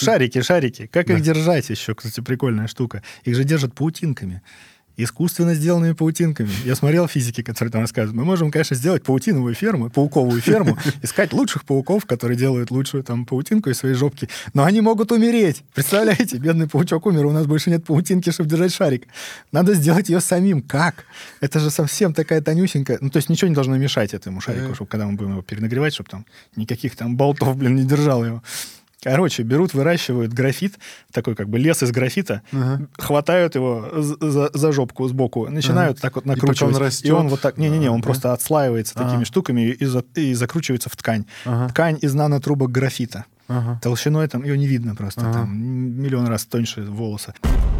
Шарики. Как их держать еще? Кстати, прикольная штука. Их же держат паутинками. Искусственно сделанными паутинками. Я смотрел физики, которые там рассказывают. Мы можем, конечно, сделать паутиновую ферму, пауковую ферму, искать лучших пауков, которые делают лучшую там паутинку из своей жопки. Но они могут умереть. Представляете? Бедный паучок умер, у нас больше нет паутинки, чтобы держать шарик. Надо сделать ее самим. Как? Это же совсем такая тонюсенькая... Ну, то есть ничего не должно мешать этому шарику, чтобы когда мы будем его перенагревать, чтобы там никаких там болтов, не держал его. Короче, берут, выращивают графит, такой как бы лес из графита, хватают его за жопку сбоку, начинают так вот накручивать. И он вот так... Не-не-не, он просто отслаивается такими штуками и закручивается в ткань. Ткань из нанотрубок графита. Толщиной там ее не видно просто. Там миллион раз тоньше волоса.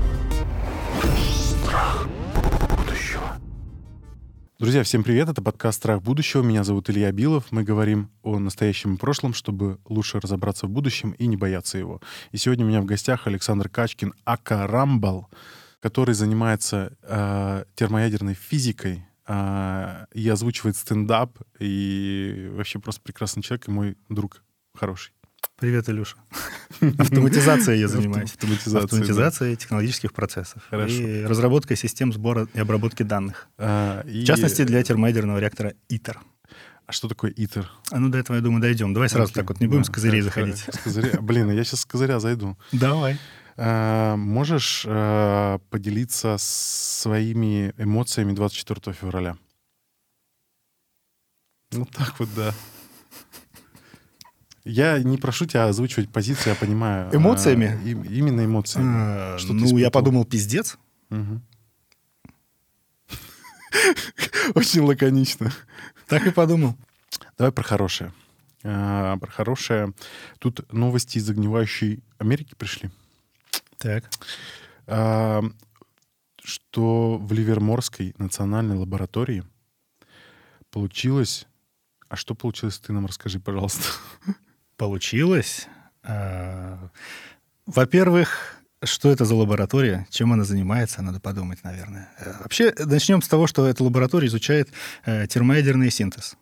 Друзья, всем привет, это подкаст «Страх будущего». Меня зовут Илья Билов. Мы говорим о настоящем и прошлом, чтобы лучше разобраться в будущем и не бояться его. И сегодня у меня в гостях Александр Качкин, ака Рамбал, который занимается термоядерной физикой и озвучивает стендап. И вообще просто прекрасный человек и мой друг хороший. Привет, Илюша. Автоматизацией я занимаюсь. Автоматизацией технологических процессов. Хорошо. И разработкой систем сбора и обработки данных. В частности, для термоядерного реактора ИТЕР. А что такое ИТЕР? Ну, до этого, я думаю, дойдем. Давай сразу так вот, не будем с козырей заходить. С козыря? Блин, я сейчас с козыря зайду. Давай. Можешь поделиться своими эмоциями 24 февраля? Ну, так вот, да. Я не прошу тебя озвучивать позицию, я понимаю. Эмоциями? Именно эмоциями. Ну, я подумал, пиздец. Очень лаконично. Так и подумал. Давай про хорошее. Про хорошее. Тут новости из загнивающей Америки пришли. Так. Что в Ливерморской национальной лаборатории получилось... А что получилось, ты нам расскажи, пожалуйста. Получилось. Во-первых, что это за лаборатория, чем она занимается, надо подумать, наверное. Вообще, начнем с того, что эта лаборатория изучает термоядерный синтез.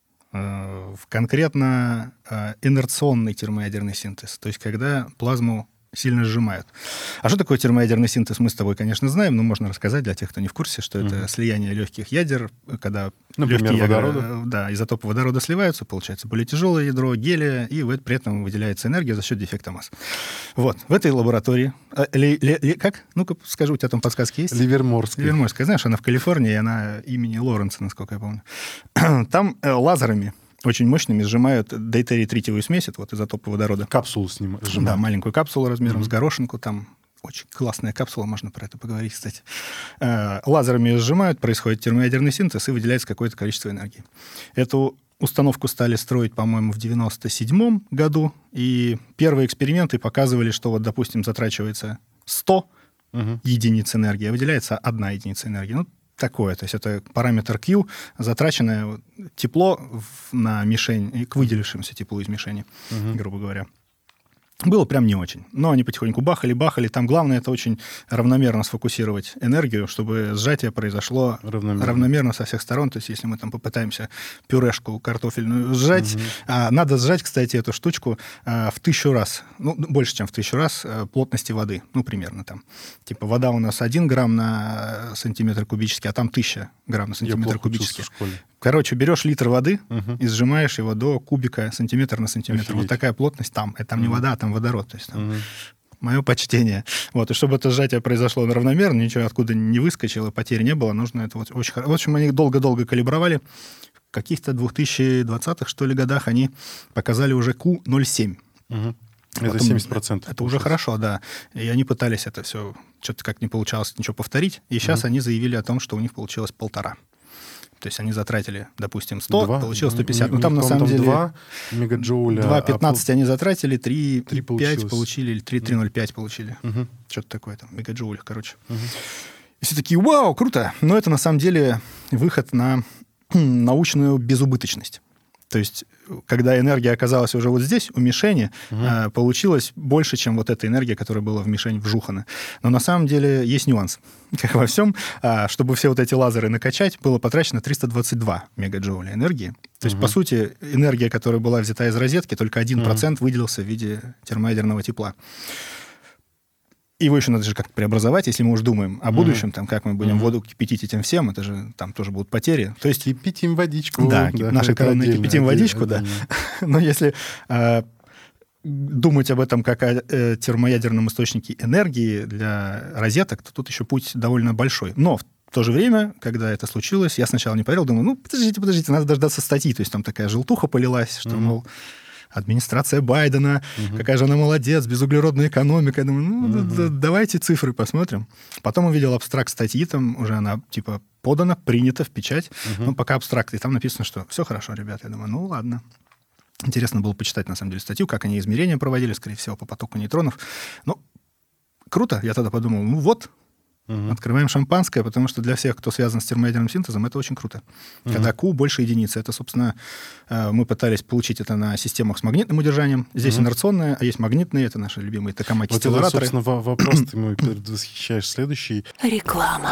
Конкретно инерционный термоядерный синтез, то есть когда плазму сильно сжимают. А что такое термоядерный синтез, мы с тобой, конечно, знаем, но можно рассказать для тех, кто не в курсе, что это слияние легких ядер, когда легкие ядра, изотопы водорода сливаются, получается более тяжелое ядро, гелия, и при этом выделяется энергия за счет дефекта масс. Вот, в этой лаборатории... как? Ну-ка, скажи, у тебя там подсказки есть? Ливерморская. Знаешь, она в Калифорнии, она имени Лоренца, насколько я помню. Там лазерами очень мощными сжимают дейтерий-тритиевую смесь, это вот изотопы водорода. Капсулу сжимают. Да, маленькую капсулу размером с горошинку, там очень классная капсула, можно про это поговорить, кстати. Лазерами сжимают, происходит термоядерный синтез, и выделяется какое-то количество энергии. Эту установку стали строить, по-моему, в 1997 году, и первые эксперименты показывали, что вот, допустим, затрачивается 100 единиц энергии, а выделяется 1 единица энергии. Ну, такое, то есть это параметр Q, затраченное тепло на мишень и к выделившемуся теплу из мишени, грубо говоря. Было прям не очень. Но они потихоньку бахали. Там главное это очень равномерно сфокусировать энергию, чтобы сжатие произошло равномерно со всех сторон. То есть если мы там попытаемся пюрешку картофельную сжать, надо сжать, кстати, эту штучку в 1000 раз, ну, больше, чем в 1000 раз плотности воды. Ну, примерно там. Типа вода у нас 1 грамм на сантиметр кубический, а там 1000 грамм на сантиметр кубический. Короче, берешь литр воды и сжимаешь его до кубика сантиметр на сантиметр. Офигеть. Вот такая плотность там. Это там не вода, а там водород. То есть там мое почтение. Вот. И чтобы это сжатие произошло равномерно, ничего откуда не выскочило, потерь не было, нужно это вот очень хорошо. В общем, они долго-долго калибровали. В каких-то 2020-х, что ли, годах они показали уже Q0,7. Это 70%. Это уже хорошо, да. И они пытались это все, что-то как не получалось ничего повторить. И сейчас они заявили о том, что у них получилось 1,5. То есть они затратили, допустим, 100, получилось 150. Ну, там, на самом деле... 2 мегаджоуля. 2,15 они затратили, 3,5 получили, или 3,05 получили. Что-то такое там, мегаджоулях, короче. И все такие, вау, круто! Но это, на самом деле, выход на научную безубыточность. То есть, когда энергия оказалась уже вот здесь, у мишени, получилось больше, чем вот эта энергия, которая была в мишень вжухана. Но на самом деле есть нюанс. Как во всем, чтобы все вот эти лазеры накачать, было потрачено 322 мегаджоуля энергии. То есть, по сути, энергия, которая была взята из розетки, только 1% выделился в виде термоядерного тепла. Его еще надо же как-то преобразовать, если мы уж думаем о будущем, там, как мы будем воду кипятить этим всем, это же там тоже будут потери. То есть, кипятим водичку. Да, наши коронные кипятим водичку, да. Но если думать об этом как о термоядерном источнике энергии для розеток, то тут еще путь довольно большой. Но в то же время, когда это случилось, я сначала не поверил, думаю, подождите, надо дождаться статьи. То есть там такая желтуха полилась, что, мол, администрация Байдена, какая же она молодец, безуглеродная экономика. Я думаю, давайте цифры посмотрим. Потом увидел абстракт статьи, там уже она типа подана, принята в печать. Но пока абстракт, и там написано, что все хорошо, ребята. Я думаю, ну ладно. Интересно было почитать, на самом деле, статью, как они измерения проводили, скорее всего, по потоку нейтронов. Ну, круто. Я тогда подумал, ну вот, открываем шампанское, потому что для всех, кто связан с термоядерным синтезом, это очень круто. Когда Q больше единицы. Это, собственно, мы пытались получить это на системах с магнитным удержанием. Здесь инерционные, а есть магнитные. Это наши любимые токамаки-стеллараторы. Вот это, собственно, вопрос ты мой предвосхищаешь следующий. Реклама.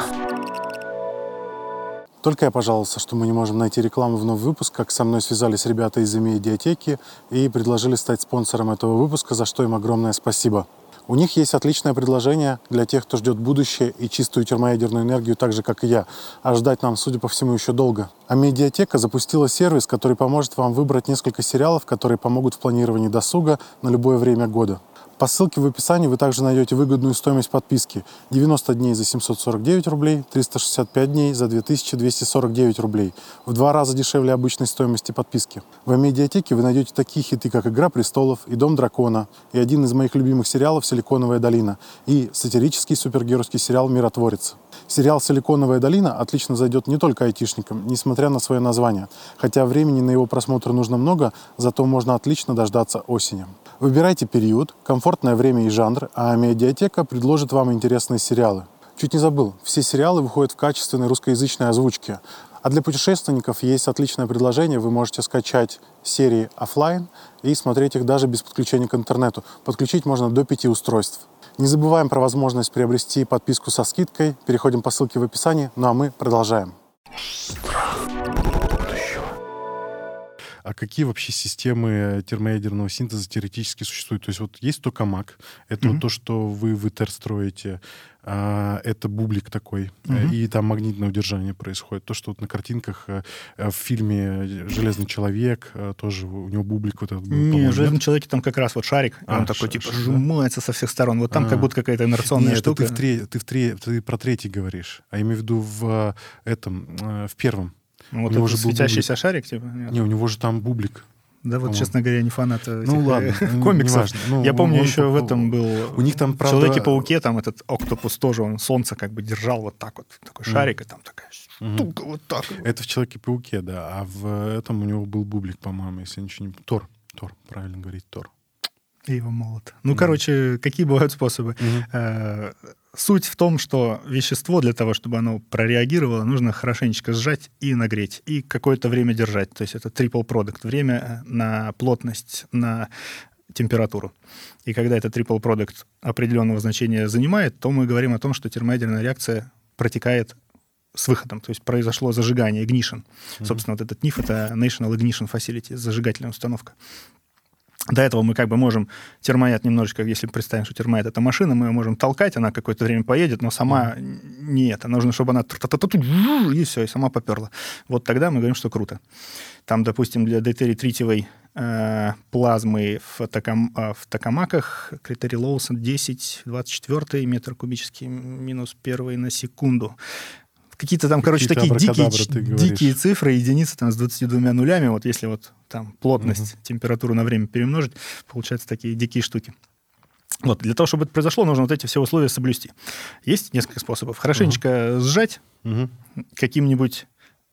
Только я пожаловался, что мы не можем найти рекламу в новый выпуск, как со мной связались ребята из Медиатеки и предложили стать спонсором этого выпуска, за что им огромное спасибо. У них есть отличное предложение для тех, кто ждет будущее и чистую термоядерную энергию так же, как и я. А ждать нам, судя по всему, еще долго. А Медиатека запустила сервис, который поможет вам выбрать несколько сериалов, которые помогут в планировании досуга на любое время года. По ссылке в описании вы также найдете выгодную стоимость подписки. 90 дней за 749 рублей, 365 дней за 2249 рублей. В 2 раза дешевле обычной стоимости подписки. В Медиатеке вы найдете такие хиты, как «Игра престолов» и «Дом дракона», и один из моих любимых сериалов «Силиконовая долина», и сатирический супергеройский сериал «Миротворец». Сериал «Силиконовая долина» отлично зайдет не только айтишникам, несмотря на свое название. Хотя времени на его просмотр нужно много, зато можно отлично дождаться осени. Выбирайте период, комфортное время и жанр, а Медиатека предложит вам интересные сериалы. Чуть не забыл, все сериалы выходят в качественной русскоязычной озвучке. А для путешественников есть отличное предложение. Вы можете скачать серии офлайн и смотреть их даже без подключения к интернету. Подключить можно до 5 устройств. Не забываем про возможность приобрести подписку со скидкой. Переходим по ссылке в описании. Ну а мы продолжаем. А какие вообще системы термоядерного синтеза теоретически существуют? То есть вот есть токамак, это вот то, что вы в ИТЕР строите, это бублик такой, и там магнитное удержание происходит. То, что вот на картинках в фильме «Железный человек», тоже у него бублик вот этот был. Не, в «Железном человеке» там как раз вот шарик, он такой типа сжимается со всех сторон. Вот там как будто какая-то инерционная штука. Ты про третий говоришь, а я имею в виду в первом. Вот это светящийся шарик, типа? Не, у него же там бублик. Да, вот, честно говоря, я не фанат этих комиксов. Я помню, еще в этом был... У них там, правда... В «Человеке-пауке» там этот октопус тоже, он солнце как бы держал вот так вот, такой шарик, и там такая штука вот так. Это в «Человеке-пауке», да. А в этом у него был бублик, по-моему, если ничего не... Тор, правильно говорить, Тор. И его молот. Ну, короче, какие бывают способы? Суть в том, что вещество для того, чтобы оно прореагировало, нужно хорошенечко сжать и нагреть, и какое-то время держать. То есть это triple product. Время на плотность, на температуру. И когда этот triple product определенного значения занимает, то мы говорим о том, что термоядерная реакция протекает с выходом. То есть произошло зажигание, ignition. Собственно, вот этот NIF — это National Ignition Facility, зажигательная установка. До этого мы как бы можем термояд немножечко, если представим, что термояд — это машина, мы ее можем толкать, она какое-то время поедет, но сама не это. Нужно, чтобы она и все, и сама поперла. Вот тогда мы говорим, что круто. Там, допустим, для дейтерий-тритиевой плазмы в токамаках критерий Лоусон 10-24 метр кубический минус 1 на секунду. Какие-то там, короче, такие дикие цифры, единицы там с 22 нулями. Вот если вот там плотность, температуру на время перемножить, получаются такие дикие штуки. Вот, для того, чтобы это произошло, нужно вот эти все условия соблюсти. Есть несколько способов. Хорошенечко сжать каким-нибудь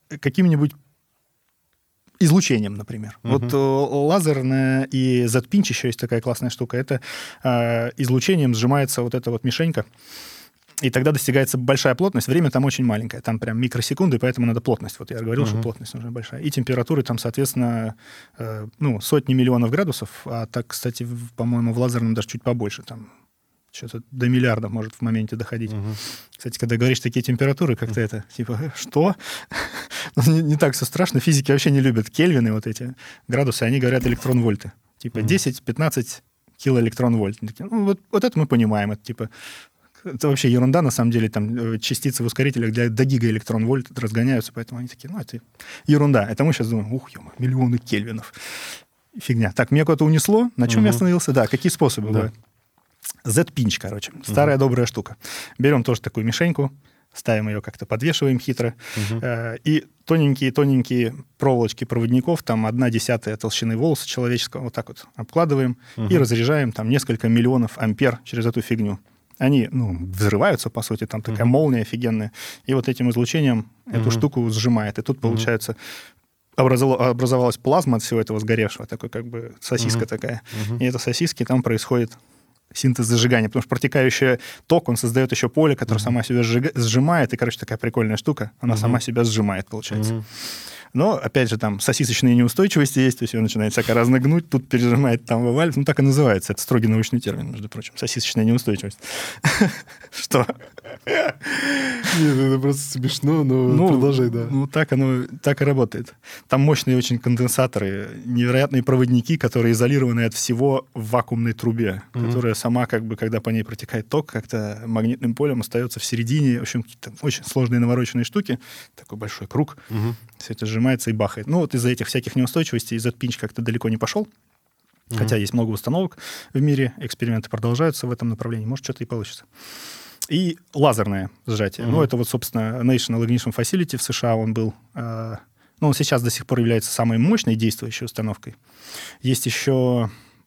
излучением, например. Вот лазерная и Z-pinch еще есть такая классная штука. Это излучением сжимается вот эта вот мишенька. И тогда достигается большая плотность. Время там очень маленькое. Там прям микросекунды, поэтому надо плотность. Вот я говорил, что плотность нужна большая. И температуры там, соответственно, сотни миллионов градусов. А так, кстати, по-моему, в лазерном даже чуть побольше. Там что-то до миллиарда может в моменте доходить. Кстати, когда говоришь такие температуры, как-то это, типа, что? Не так все страшно. Физики вообще не любят кельвины, вот эти градусы. Они говорят электрон-вольты. Типа 10-15 килоэлектрон-вольт. Вот это мы понимаем. Это типа... Это вообще ерунда, на самом деле, там частицы в ускорителях до гигаэлектрон-вольт разгоняются, поэтому они такие, это ерунда. Это мы сейчас думаем, миллионы кельвинов. Фигня. Так, меня куда-то унесло. На чем я остановился? Да, какие способы бывают? Z-pinch, короче. Старая добрая штука. Берем тоже такую мишеньку, ставим ее как-то, подвешиваем хитро, и тоненькие проволочки проводников, там 1/10 толщины волоса человеческого, вот так вот обкладываем и разряжаем там несколько миллионов ампер через эту фигню. Они, взрываются, по сути, там такая молния офигенная. И вот этим излучением эту штуку сжимает. И тут, получается, образовалась плазма от всего этого сгоревшего, такой как бы сосиска такая. И это сосиски, там происходит синтез зажигания, потому что протекающий ток, он создает еще поле, которое сама себя сжимает, и, короче, такая прикольная штука, она сама себя сжимает, получается. Но, опять же, там сосисочные неустойчивости есть, то есть ее начинает всяко разно гнуть, тут пережимает, там вываливает. Так и называется. Это строгий научный термин, между прочим. Сосисочная неустойчивость. Что? Нет, это просто смешно, но продолжай, да. Так и работает. Там мощные очень конденсаторы, невероятные проводники, которые изолированы от всего в вакуумной трубе, которая сама, как бы, когда по ней протекает ток, как-то магнитным полем остается в середине. В общем, какие-то очень сложные навороченные штуки. Такой большой круг. Все это сжимается и бахает. Вот из-за этих всяких неустойчивостей Z-pinch как-то далеко не пошел. Хотя есть много установок в мире, эксперименты продолжаются в этом направлении. Может, что-то и получится. И лазерное сжатие. Это вот, собственно, National Ignition Facility в США он был. Он сейчас до сих пор является самой мощной действующей установкой. Есть еще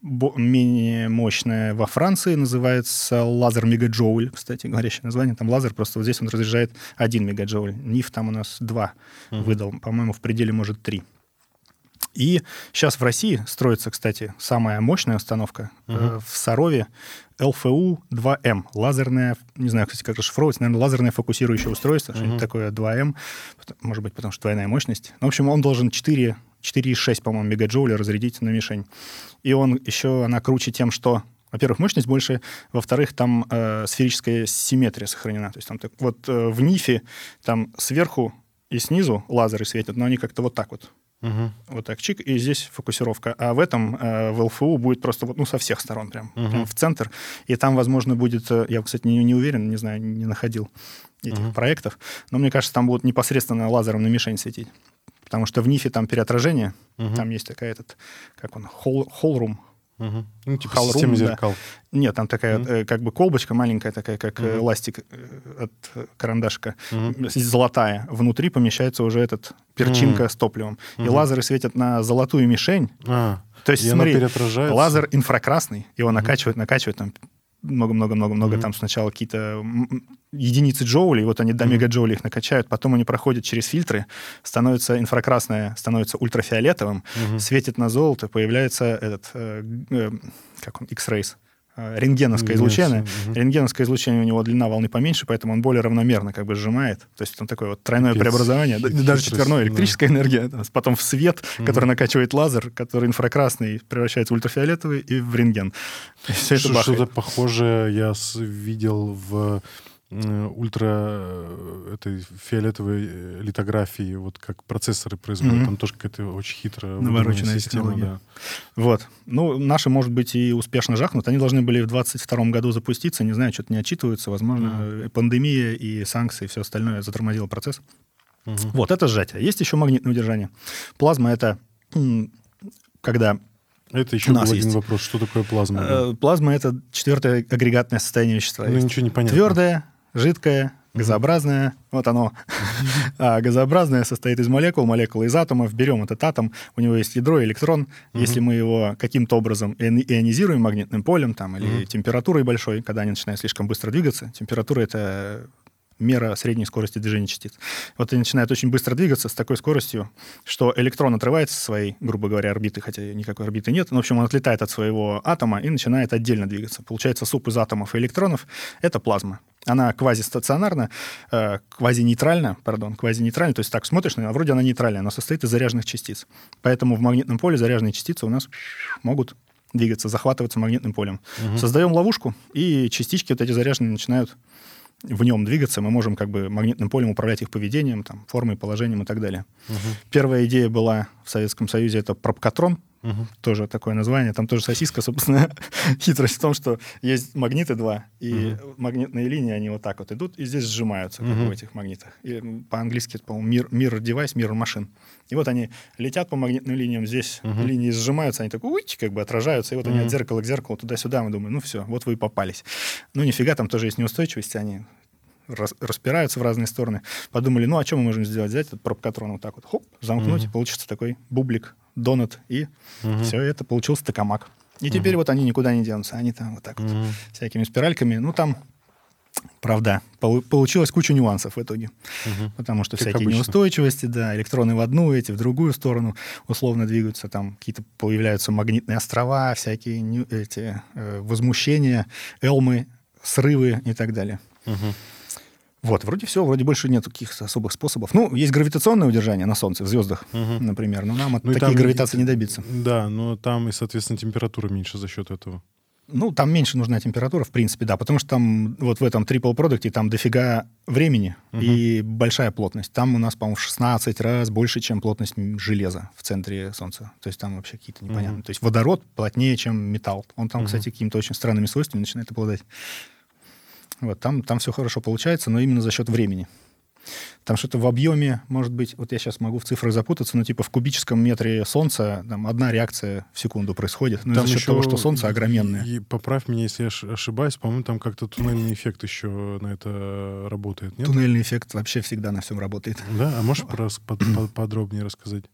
менее мощная во Франции, называется лазер мегаджоуль, кстати, говорящее название. Там лазер, просто вот здесь он разряжает 1 мегаджоуль. НИФ там у нас 2 выдал, по-моему, в пределе, может, 3. И сейчас в России строится, кстати, самая мощная установка в Сарове, ЛФУ-2М. Лазерная, не знаю, кстати, как расшифровывать, наверное, лазерное фокусирующее устройство, что-нибудь такое 2М, может быть, потому что двойная мощность. В общем, он должен 4,6, по-моему, мегаджоуля разрядить на мишень. И она круче тем, что, во-первых, мощность больше, во-вторых, там сферическая симметрия сохранена. То есть там в НИФе там сверху и снизу лазеры светят, но они как-то вот так вот. Вот так, чик, и здесь фокусировка. А в этом, в ЛФУ, будет просто со всех сторон прям в центр. И там, возможно, будет... Я, кстати, не уверен, не знаю, не находил этих проектов, но мне кажется, там будут непосредственно лазером на мишень светить. Потому что в НИФе там переотражение, там есть такая холл-рум. Типа система зеркал. Да. Нет, там такая как бы колбочка маленькая, такая как эластик от карандашика, золотая. Внутри помещается уже этот перчинка с топливом. И лазеры светят на золотую мишень. То есть, смотри, лазер инфракрасный, его накачивают там много-много-много-много, там сначала какие-то единицы джоулей, вот они до мегаджоулей их накачают, потом они проходят через фильтры, становится инфракрасное, становится ультрафиолетовым, светит на золото, появляется этот, X-rays, рентгеновское излучение. Рентгеновское излучение, у него длина волны поменьше, поэтому он более равномерно как бы сжимает. То есть он такое вот тройное преобразование, даже четверное, электрическая энергия, потом в свет, который накачивает лазер, который инфракрасный превращается в ультрафиолетовый и в рентген. Что-то похожее я видел в ультрафиолетовой литографии, вот как процессоры производят. Там тоже какая-то очень хитрая навороченная система. Да. Вот. Наши, может быть, и успешно жахнут. Они должны были в 2022 году запуститься. Не знаю, что-то не отчитываются. Возможно, пандемия и санкции и все остальное затормозило процесс. Вот, это сжатие. Есть еще магнитное удержание. Плазма — это когда... Это еще был один вопрос. Что такое плазма? Плазма — это 4-е агрегатное состояние вещества. Ничего не понятно. Твердое, жидкое, газообразное. Вот оно. А газообразное состоит из молекул, молекулы из атомов. Берем этот атом, у него есть ядро, электрон. Если мы его каким-то образом ионизируем магнитным полем или температурой большой, когда они начинают слишком быстро двигаться, температура — это мера средней скорости движения частиц. Вот они начинают очень быстро двигаться с такой скоростью, что электрон отрывается со своей, грубо говоря, орбиты, хотя никакой орбиты нет. Но, в общем, он отлетает от своего атома и начинает отдельно двигаться. Получается, суп из атомов и электронов — это плазма. Она квазистационарна, квазинейтральна, то есть так смотришь, а вроде она нейтральная, но состоит из заряженных частиц. Поэтому в магнитном поле заряженные частицы у нас могут двигаться, захватываться магнитным полем. Создаем ловушку, и частички вот эти заряженные начинают в нем двигаться. Мы можем как бы магнитным полем управлять их поведением, там, формой, положением и так далее. Первая идея была в Советском Союзе — это пробкатрон. Тоже такое название. Там тоже сосиска, собственно. Хитрость в том, что есть магниты два, и магнитные линии, они вот так вот идут, и здесь сжимаются, как в этих магнитах. И по-английски это, по-моему, mirror device, mirror machine. И вот они летят по магнитным линиям, здесь линии сжимаются, они так как бы отражаются, и вот они от зеркала к зеркалу туда-сюда. Мы думаем, ну все, вот вы и попались. Ну нифига, там тоже есть неустойчивость, они распираются в разные стороны. Подумали, ну а что мы можем сделать? Взять этот пробкатрон вот так вот, хоп, замкнуть, и получится такой бублик, донат, и все это получился токамак. И теперь вот они никуда не денутся, они там вот так вот всякими спиральками. Ну там, правда, получилось куча нюансов в итоге. Потому что как всякие обычно. Неустойчивости, да, электроны в одну, эти в другую сторону условно двигаются, там какие-то появляются магнитные острова, всякие эти возмущения, элмы, срывы и так далее. Вот, вроде все, вроде больше нет каких-то особых способов. Ну, есть гравитационное удержание на Солнце, в звездах, например, но нам от таких гравитаций не добиться. Да, но там и, соответственно, температура меньше за счет этого. Ну, там меньше нужна температура, в принципе, да, потому что там вот в этом трипл-продукте там дофига времени и большая плотность. Там у нас, по-моему, в 16 раз больше, чем плотность железа в центре Солнца. То есть там вообще какие-то непонятные. То есть водород плотнее, чем металл. Он там, кстати, какими-то очень странными свойствами начинает обладать. Вот, там все хорошо получается, но именно за счет времени. Там что-то в объеме, может быть, вот я сейчас могу в цифрах запутаться, но типа в кубическом метре Солнца там одна реакция в секунду происходит. Но за счет того, что Солнце огроменное. И поправь меня, если я ошибаюсь, по-моему, там как-то туннельный эффект еще на это работает, нет? Туннельный эффект вообще всегда на всем работает. Да? А можешь подробнее рассказать?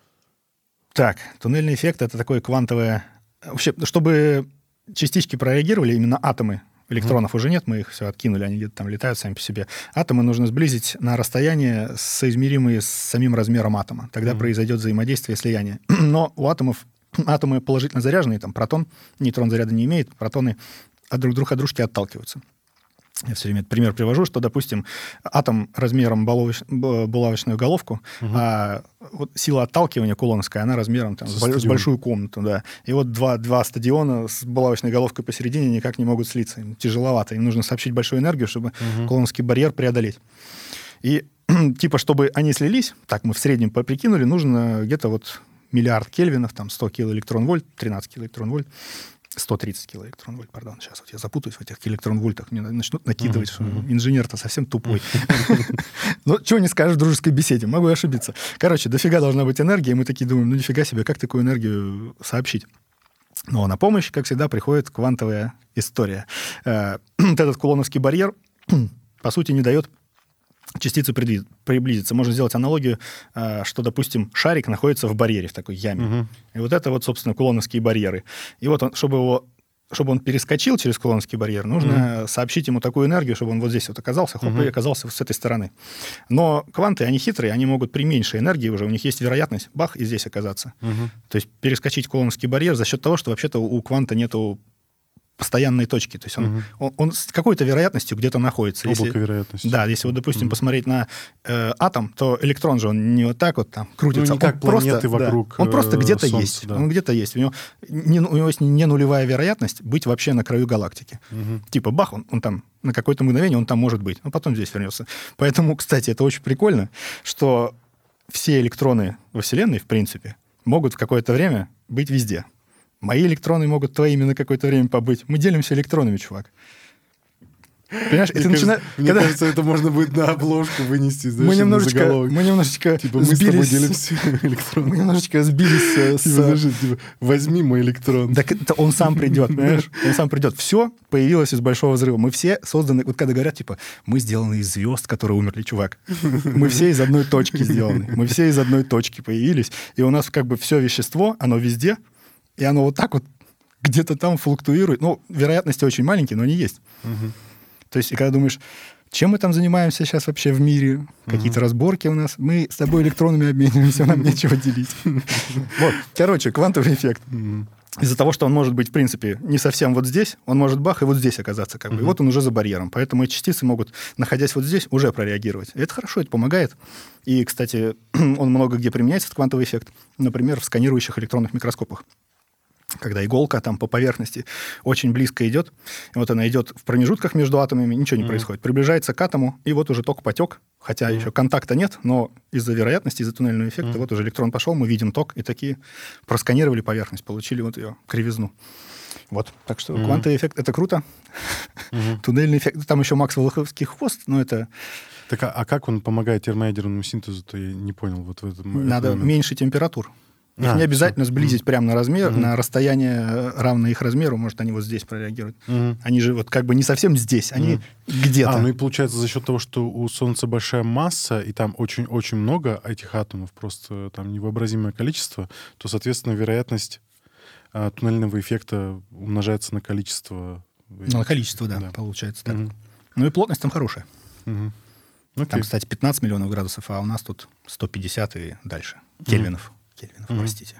Так, туннельный эффект — это такое квантовое... Вообще, чтобы частички прореагировали, именно атомы, электронов уже нет, мы их все откинули, они где-то там летают сами по себе. Атомы нужно сблизить на расстояние, соизмеримые с самим размером атома. Тогда произойдет взаимодействие, слияние. Но у атомы положительно заряженные, там протон, нейтрон заряда не имеет, протоны друг от дружки отталкиваются. Я все время этот пример привожу, что, допустим, атом размером булавочную головку, а вот сила отталкивания кулоновская, она размером там, с большую комнату. Да. И вот два стадиона с булавочной головкой посередине никак не могут слиться. Им тяжеловато. Им нужно сообщить большую энергию, чтобы кулоновский барьер преодолеть. И типа, чтобы они слились, так мы в среднем прикинули, нужно где-то вот миллиард кельвинов, там 100 килоэлектрон-вольт, 13 килоэлектрон-вольт. 130 килоэлектрон-вольт, пардон. Сейчас вот я запутаюсь в этих электрон-вольтах. Мне начнут накидывать, что инженер-то совсем тупой. Ну, чего не скажешь в дружеской беседе, могу ошибиться. Короче, дофига должна быть энергия, и мы такие думаем, ну, нифига себе, как такую энергию сообщить? Но на помощь, как всегда, приходит квантовая история. Этот кулоновский барьер, по сути, не дает частицы приблизиться. Можно сделать аналогию, что, допустим, шарик находится в барьере, в такой яме. И вот это вот, собственно, кулоновские барьеры. И вот он, чтобы он перескочил через кулоновский барьер, нужно сообщить ему такую энергию, чтобы он вот здесь вот оказался, и оказался вот с этой стороны. Но кванты, они хитрые, они могут при меньшей энергии уже, у них есть вероятность, бах, и здесь оказаться. То есть перескочить кулоновский барьер за счет того, что вообще-то у кванта нету постоянной точки. То есть он с какой-то вероятностью где-то находится. Облако вероятности. Да, если вот, допустим, посмотреть на атом, то электрон же он не вот так вот там крутится. Ну, не как планеты вокруг он просто где-то Солнца, есть. Да. Он где-то есть. У него есть не нулевая вероятность быть вообще на краю галактики. Типа бах, он там на какое-то мгновение он там может быть. Но потом здесь вернется. Поэтому, кстати, это очень прикольно, что все электроны во Вселенной, в принципе, могут в какое-то время быть везде. Мои электроны могут твоими на какое-то время побыть. Мы делимся электронами, чувак. Понимаешь, мне кажется, это можно будет на обложку вынести, знаешь, на заголовок. Мы немножечко типа, мы с тобой делимся электронами. Мы немножечко сбились с... возьми мой электрон. Так он сам придет, понимаешь? Он сам придет. Все появилось из Большого взрыва. Мы все созданы... Вот когда говорят, типа, мы сделаны из звезд, которые умерли, чувак. Мы все из одной точки сделаны. Мы все из одной точки появились. И у нас как бы все вещество, оно везде, и оно вот так вот где-то там флуктуирует. Ну, вероятности очень маленькие, но они есть. То есть, и когда думаешь, Чем мы там занимаемся сейчас вообще в мире? Какие-то разборки у нас. Мы с тобой электронами обмениваемся, нам нечего делить. Вот, короче, квантовый эффект. Из-за того, что он может быть, в принципе, не совсем вот здесь, он может бах и вот здесь оказаться. Как бы. И вот он уже за барьером. Поэтому эти частицы могут, находясь вот здесь, уже прореагировать. И это хорошо, это помогает. И, кстати, он много где применяется, этот квантовый эффект. Например, в сканирующих электронных микроскопах. Когда иголка там по поверхности очень близко идет, и вот она идет в промежутках между атомами, ничего не происходит. Приближается к атому, и вот уже ток потек, хотя еще контакта нет, но из-за вероятности, из-за туннельного эффекта, вот уже электрон пошел, мы видим ток, и такие просканировали поверхность, получили вот ее кривизну. Вот, так что квантовый эффект — это круто. Туннельный эффект, там еще максвелловский хвост, но это... Так, а как он помогает термоядерному синтезу-то? Я не понял. Вот в этом. Надо меньше температур. Их не обязательно сблизить прямо на размер, на расстояние, равное их размеру. Может, они вот здесь прореагируют. Они же вот как бы не совсем здесь, они где-то. Ну и получается за счет того, что у Солнца большая масса, и там очень-очень много этих атомов, просто там невообразимое количество, то, соответственно, вероятность туннельного эффекта умножается на количество. На количество, да, получается так. Ну и плотность там хорошая. Там, кстати, 15 миллионов градусов, а у нас тут 150 и дальше. Кельвинов, простите.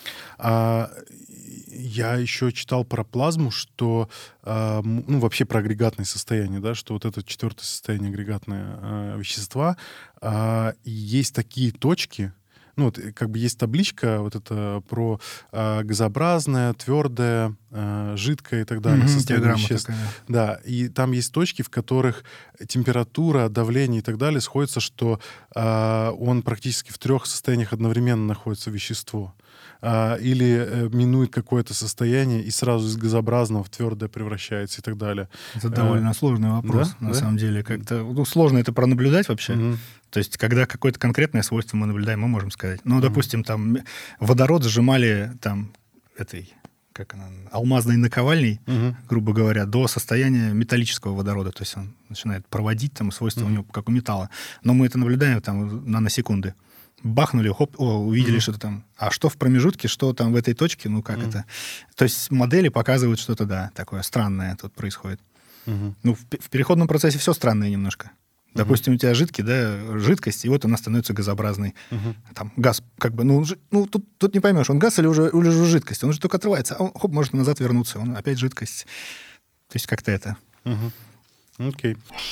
Я еще читал про плазму, что, вообще про агрегатное состояние, да, что вот это четвертое состояние агрегатное вещества, есть такие точки, вот как бы есть табличка вот это про газообразное, твердое, жидкое и так далее. Состояние веществ. Такая. Да, и там есть точки, в которых температура, давление и так далее сходятся, что он практически в 3 состояниях одновременно находится вещество. Или минует какое-то состояние и сразу из газообразного в твердое превращается и так далее. Это довольно сложный вопрос, на самом деле. Как-то сложно это пронаблюдать вообще. То есть, когда какое-то конкретное свойство мы наблюдаем, мы можем сказать. Ну, допустим, там водород сжимали там алмазной наковальней, грубо говоря, до состояния металлического водорода. То есть он начинает проводить там свойства у него, как у металла. Но мы это наблюдаем там наносекунды. Бахнули, хоп, увидели что-то там. А что в промежутке, что там в этой точке, ну как это? То есть модели показывают что-то, да, такое странное тут происходит. Ну, в переходном процессе все странное немножко. Допустим, у тебя жидкость, и вот она становится газообразной. Там газ, как бы, тут не поймешь, он газ или уже жидкость. Он же только отрывается, а он, хоп, может назад вернуться, он опять жидкость. То есть как-то это. Окей.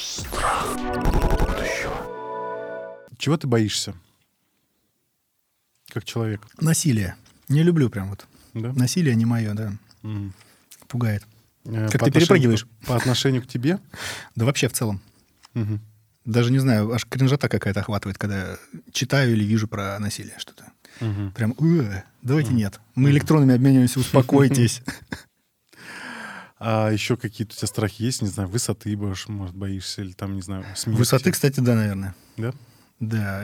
Чего ты боишься? Как человек? Насилие. Не люблю прям вот. Да? Насилие не мое, да. Пугает. Как ты перепрыгиваешь? По отношению к тебе? Да вообще в целом. Даже не знаю, аж кринжота какая-то охватывает, когда читаю или вижу про насилие что-то. Прям, давайте нет. Мы электронами обмениваемся, успокойтесь. А еще какие-то у тебя страхи есть? Не знаю, высоты, может, боишься? Или там, не знаю, смерти? Высоты, кстати, да, наверное. Да? Да.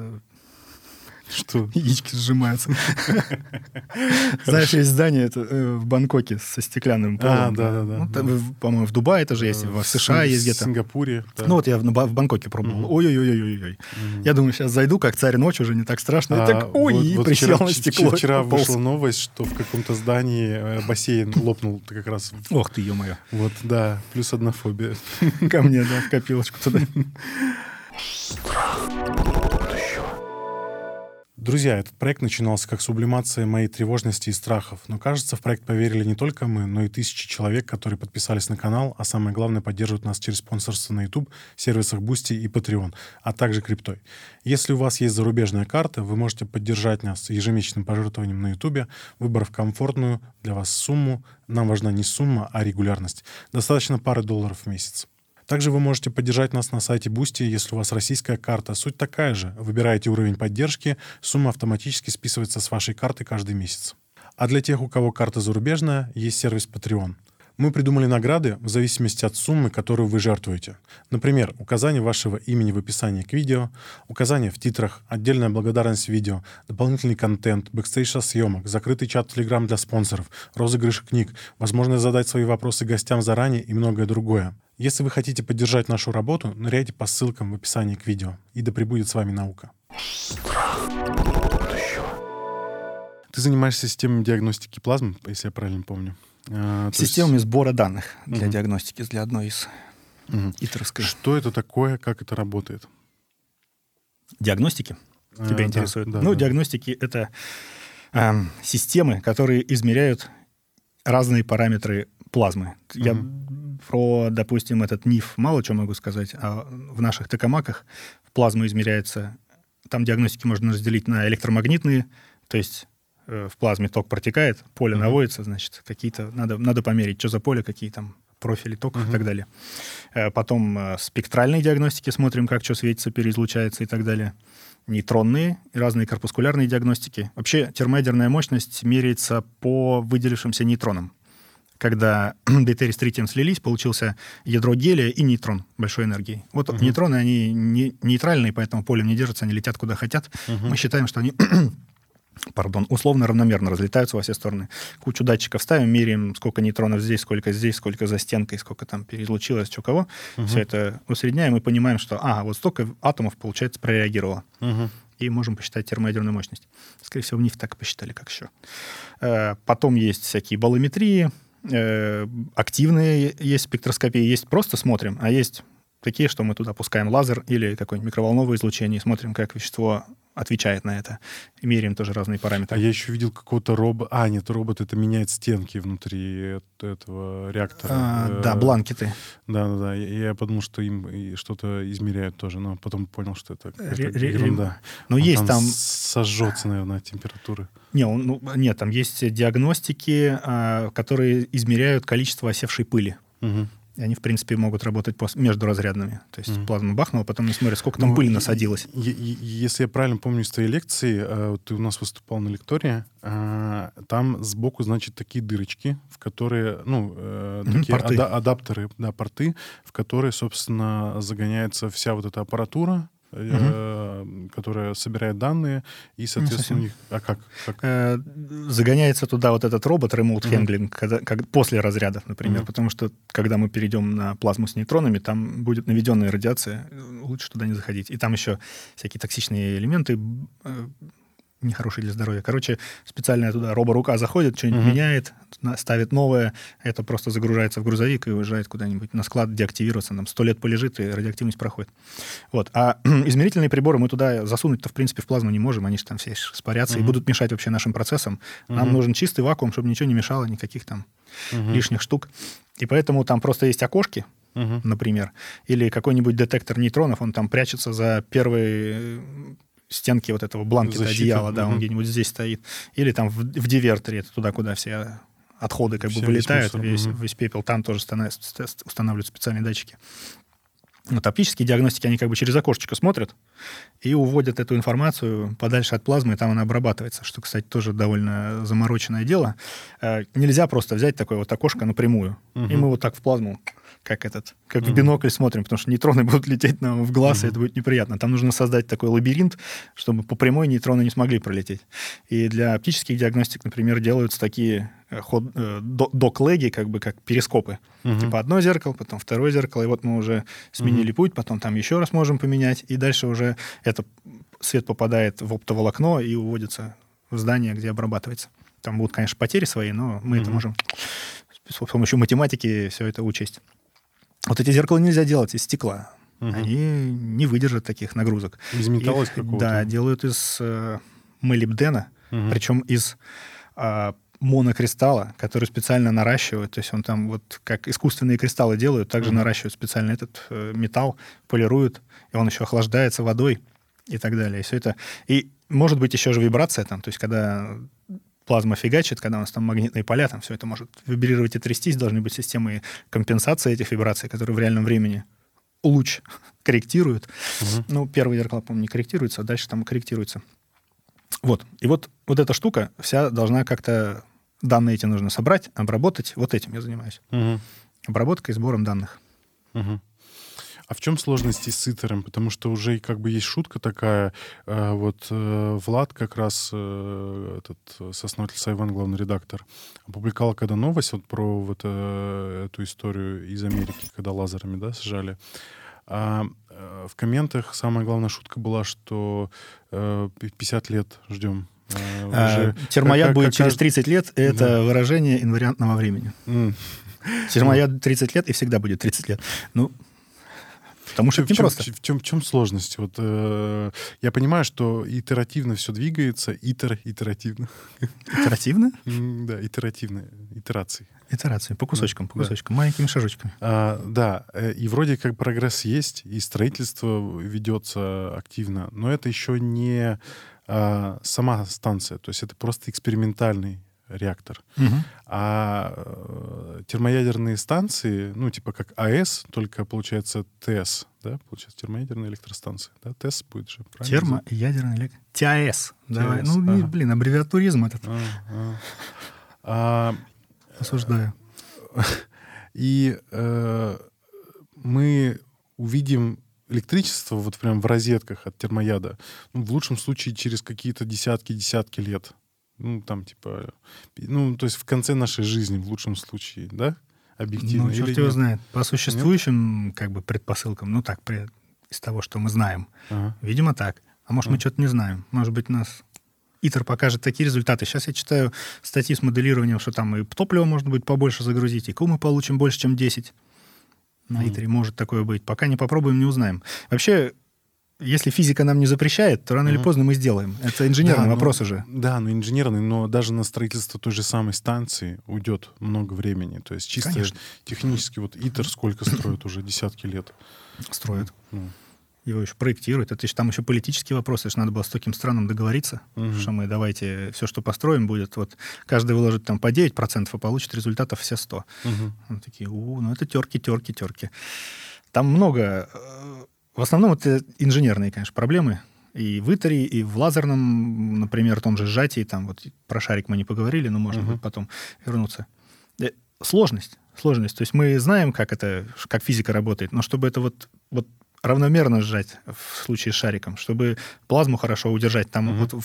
Что? Яички сжимаются. Знаешь, есть здание в Бангкоке со стеклянным полом. Да. По-моему, в Дубае это же есть, в США есть где-то. В Сингапуре. Ну вот я в Бангкоке пробовал. Ой-ой-ой. Я думаю, сейчас зайду, как царь ночь, уже не так страшно. И так, и присел на стекло. Вчера вышла новость, что в каком-то здании бассейн лопнул как раз. Ох ты, ё-моё. Вот, да, плюс одна фобия. Ко мне, да, в копилочку туда. Друзья, этот проект начинался как сублимация моей тревожности и страхов, но, кажется, в проект поверили не только мы, но и тысячи человек, которые подписались на канал, а самое главное, поддерживают нас через спонсорство на YouTube, сервисах Boosty и Patreon, а также криптой. Если у вас есть зарубежная карта, вы можете поддержать нас ежемесячным пожертвованием на YouTube, выбрав комфортную для вас сумму. Нам важна не сумма, а регулярность. Достаточно пары $1 в месяц. Также вы можете поддержать нас на сайте Boosty, если у вас российская карта. Суть такая же. Выбираете уровень поддержки, сумма автоматически списывается с вашей карты каждый месяц. А для тех, у кого карта зарубежная, есть сервис Patreon. Мы придумали награды в зависимости от суммы, которую вы жертвуете. Например, указание вашего имени в описании к видео, указание в титрах, отдельная благодарность в видео, дополнительный контент, бэкстейдж со съемок, закрытый чат Telegram для спонсоров, розыгрыш книг, возможность задать свои вопросы гостям заранее и многое другое. Если вы хотите поддержать нашу работу, ныряйте по ссылкам в описании к видео. И да пребудет с вами наука. Ты занимаешься системами диагностики плазмы, если я правильно помню. Системами сбора данных для диагностики, для одной из. И ты расскажи. Что это такое, как это работает? Диагностики тебя интересуют? Да, диагностики — это системы, которые измеряют разные параметры плазмы. Я про, допустим, этот НИФ мало чего могу сказать, а в наших токамаках плазма измеряется... Там диагностики можно разделить на электромагнитные, то есть в плазме ток протекает, поле наводится, значит, какие-то... Надо померить, что за поле, какие там профили тока и так далее. Потом спектральные диагностики, смотрим, как что светится, переизлучается и так далее. Нейтронные, разные корпускулярные диагностики. Вообще термоядерная мощность меряется по выделившимся нейтронам. Когда дейтерий с тритием слились, получился ядро гелия и нейтрон большой энергии. Вот нейтроны, они нейтральные, поэтому полем не держатся, они летят куда хотят. Мы считаем, что они условно равномерно разлетаются во все стороны. Кучу датчиков ставим, меряем, сколько нейтронов здесь, сколько за стенкой, сколько там переизлучилось, что кого. Все это усредняем и понимаем, что вот столько атомов, получается, прореагировало. И можем посчитать термоядерную мощность. Скорее всего, в НИФ так и посчитали, как еще. Потом есть всякие балометрии, активные есть спектроскопии, есть просто смотрим, а есть такие, что мы туда пускаем лазер или какое-нибудь микроволновое излучение, смотрим, как вещество отвечает на это. И меряем тоже разные параметры. А я еще видел какого-то робота. Нет, робот — это меняет стенки внутри этого реактора. Да, бланкеты. Да. Я подумал, что им что-то измеряют тоже, но потом понял, что это ерунда. Но есть там... Сожжется, наверное, от температуры. Нет, там есть диагностики, которые измеряют количество осевшей пыли. И они, в принципе, могут работать между разрядными. То есть плазма бахнула, потом не смотрят, сколько там пыли насадилось. Если я правильно помню из твоей лекции, ты у нас выступал на лектории, там сбоку, значит, такие дырочки, в которые, такие адаптеры, порты, в которые, собственно, загоняется вся вот эта аппаратура, которая собирает данные, и, соответственно, у них... А как? Загоняется туда вот этот робот, remote handling, после разрядов, например, потому что, когда мы перейдем на плазму с нейтронами, там будет наведенная радиация, лучше туда не заходить. И там еще всякие токсичные элементы, нехорошие для здоровья. Короче, специально туда роборука заходит, что-нибудь меняет, ставит новое, это просто загружается в грузовик и уезжает куда-нибудь на склад деактивироваться. Там 100 лет полежит, и радиоактивность проходит. Вот. А измерительные приборы мы туда засунуть-то, в принципе, в плазму не можем, они же там все испарятся и будут мешать вообще нашим процессам. Нам нужен чистый вакуум, чтобы ничего не мешало, никаких там лишних штук. И поэтому там просто есть окошки, например, или какой-нибудь детектор нейтронов, он там прячется за первой стенки вот этого бланкета, одеяла, он где-нибудь здесь стоит. Или там в диверторе, это туда, куда все отходы как бы вылетают, весь пепел, там тоже устанавливают специальные датчики. Вот оптические диагностики, они как бы через окошечко смотрят и уводят эту информацию подальше от плазмы, и там она обрабатывается, что, кстати, тоже довольно замороченное дело. Нельзя просто взять такое вот окошко напрямую, и мы вот так в плазму, как в бинокль смотрим, потому что нейтроны будут лететь нам в глаз, и это будет неприятно. Там нужно создать такой лабиринт, чтобы по прямой нейтроны не смогли пролететь. И для оптических диагностик, например, делаются такие доклеги, как перископы. Типа одно зеркало, потом второе зеркало, и вот мы уже сменили путь, потом там еще раз можем поменять, и дальше уже свет попадает в оптоволокно и уводится в здание, где обрабатывается. Там будут, конечно, потери свои, но мы это можем с помощью математики все это учесть. Вот эти зеркала нельзя делать из стекла. Они не выдержат таких нагрузок. Из металла какого-то? Да, делают из молибдена, причем из монокристалла, который специально наращивают. То есть он там вот как искусственные кристаллы делают, также наращивают специально этот металл, полируют, и он еще охлаждается водой и так далее. И все это. И может быть еще же вибрация там, то есть когда плазма фигачит, когда у нас там магнитные поля, там все это может вибрировать и трястись, должны быть системы компенсации этих вибраций, которые в реальном времени луч корректируют. Первые зеркала, по-моему, не корректируются, а дальше там корректируются. Вот. И вот эта штука вся должна как-то... Данные эти нужно собрать, обработать. Вот этим я занимаюсь. Обработкой и сбором данных. А в чем сложности с Итером? Потому что уже как бы есть шутка такая. Влад как раз, этот сооснователь Сайван, главный редактор, опубликовал когда новость про эту историю из Америки, когда лазерами сжали. А в комментах самая главная шутка была, что 50 лет ждем. Термояд будет через 30 лет. Это выражение инвариантного времени. Термояд 30 лет и всегда будет 30 лет. Потому что это непросто. В чем сложность? Вот, я понимаю, что итеративно все двигается, итеративно. Итеративно? Да, итеративно, итерации. Итерации, по кусочкам, маленькими шажочками. Да, и вроде как прогресс есть, и строительство ведется активно, но это еще не сама станция, то есть это просто экспериментальный реактор. А термоядерные станции, ну, типа как АЭС, только, получается, ТЭС, да, получается, термоядерная электростанция, да, ТЭС будет же, правильно? Термоядерная электростанция. ТЯЭС. Давай. Ну, блин, аббревиатуризм этот. Осуждаю. И мы увидим электричество вот прям в розетках от термояда, ну, в лучшем случае через какие-то десятки лет. Ну, там, типа... Ну, то есть в конце нашей жизни, в лучшем случае, да? Объективно. Ну, черт его знает. По существующим, как бы, предпосылкам, ну, так, из того, что мы знаем, видимо, так. А может, мы что-то не знаем. Может быть, нас ИТЕР покажет такие результаты. Сейчас я читаю статьи с моделированием, что там и топлива может быть побольше загрузить, и КУ мы получим больше, чем 10. На ИТЕРе может такое быть. Пока не попробуем, не узнаем. Вообще, если физика нам не запрещает, то рано или поздно мы сделаем. Это инженерный вопрос уже. Да, ну инженерный, но даже на строительство той же самой станции уйдет много времени. То есть чисто технически вот ИТЕР сколько строят уже, десятки лет. Строят. Его еще проектируют. Это там еще политические вопросы, что надо было с таким странам договориться, что мы давайте все, что построим, будет вот каждый выложит там по 9%, а получит результатов все 100. Мы такие, ну это терки. Там много... В основном это инженерные, конечно, проблемы. И в ИТЕРе, и в лазерном, например, том же сжатии, там вот про шарик мы не поговорили, но можно будет потом вернуться. Сложность. То есть мы знаем, как физика работает, но чтобы это вот равномерно сжать в случае с шариком, чтобы плазму хорошо удержать. Там вот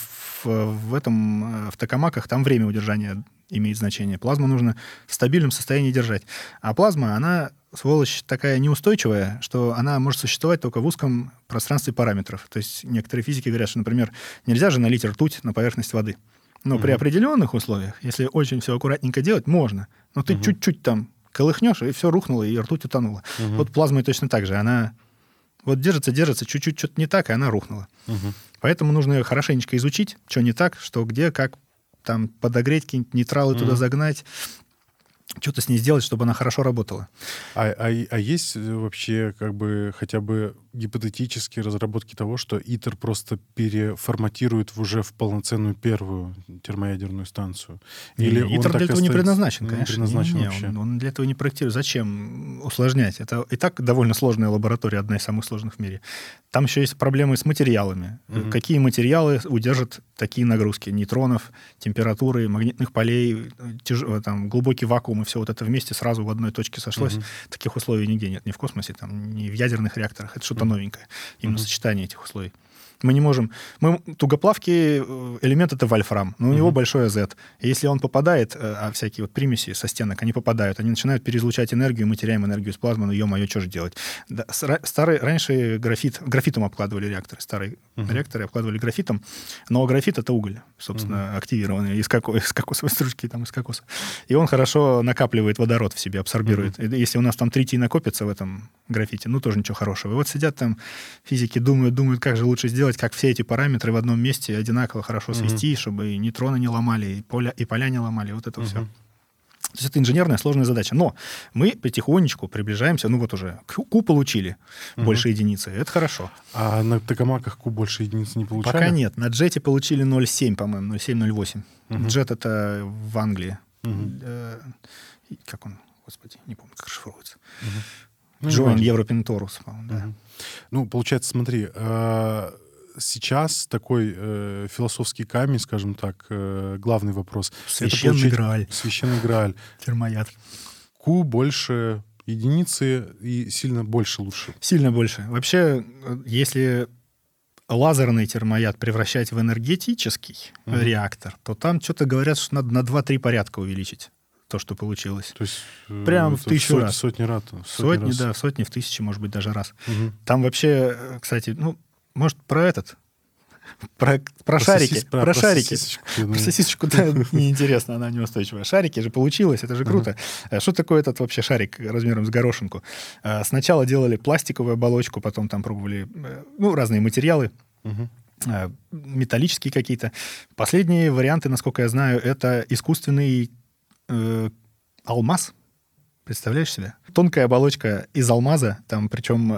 в токамаках там время удержания имеет значение. Плазму нужно в стабильном состоянии держать. А плазма, она, сволочь, такая неустойчивая, что она может существовать только в узком пространстве параметров. То есть некоторые физики говорят, что, например, нельзя же налить ртуть на поверхность воды. Но при определенных условиях, если очень все аккуратненько делать, можно. Но ты чуть-чуть там колыхнешь, и все рухнуло, и ртуть утонула. Вот плазма точно так же. Она вот держится, чуть-чуть что-то не так, и она рухнула. Поэтому нужно ее хорошенечко изучить, что не так, что где, как там подогреть, какие-нибудь нейтралы туда загнать, что-то с ней сделать, чтобы она хорошо работала. А есть вообще как бы хотя бы гипотетические разработки того, что ИТЕР просто переформатирует уже в полноценную первую термоядерную станцию? Или ИТЕР для этого не предназначен, конечно. Предназначен он для этого не проектирует. Зачем усложнять? Это и так довольно сложная лаборатория, одна из самых сложных в мире. Там еще есть проблемы с материалами. Какие материалы удержат такие нагрузки? Нейтронов, температуры, магнитных полей, там, глубокий вакуум, и все вот это вместе сразу в одной точке сошлось. Таких условий нигде нет. Ни в космосе, там, ни в ядерных реакторах. Это что-то новенькое. Именно сочетание этих условий. Мы не можем... Тугоплавкий элемент — это вольфрам, но у него большое Z. И если он попадает, а всякие вот примеси со стенок, они попадают, они начинают переизлучать энергию, мы теряем энергию из плазмы, ну, ё-моё, что же делать? Да, раньше графитом обкладывали реакторы, старые реакторы обкладывали графитом, но графит — это уголь, собственно, активированный из кокосовой стружки, там, из кокоса. И он хорошо накапливает водород в себе, абсорбирует. И если у нас там тритий накопится в этом графите, ну, тоже ничего хорошего. И вот сидят там физики, думают, как же лучше сделать, как все эти параметры в одном месте одинаково хорошо свести, чтобы и нейтроны не ломали, и поля не ломали, вот это все. То есть это инженерная сложная задача. Но мы потихонечку приближаемся, ну вот уже Q получили больше единицы, это хорошо. А на токамаках Q больше единиц не получали? Пока нет. На джете получили 0,7, по-моему, 0,7-0,8. Джет — это в Англии. Как он, господи, не помню, как расшифровывается. Joint European Torus, по-моему, да. Ну, получается, смотри, сейчас такой философский камень, скажем так, главный вопрос. Священный Грааль. Священный Грааль. Термояд. Q больше единицы и сильно больше лучше. Сильно больше. Вообще, если лазерный термояд превращать в энергетический реактор, то там что-то говорят, что надо на 2-3 порядка увеличить то, что получилось. То есть прям в 1000 раз. Сотни раз. Сотни в 1000, может быть, даже раз. Там вообще, кстати, ну, может, про этот Про шарики. Про шарики. Про сосисочку-то неинтересно, она неустойчивая. Шарики же получилось, это же круто. Что такое этот вообще шарик размером с горошинку? Сначала делали пластиковую оболочку, потом там пробовали разные материалы, металлические какие-то. Последние варианты, насколько я знаю, это искусственный алмаз. Представляешь себе? Тонкая оболочка из алмаза, там причем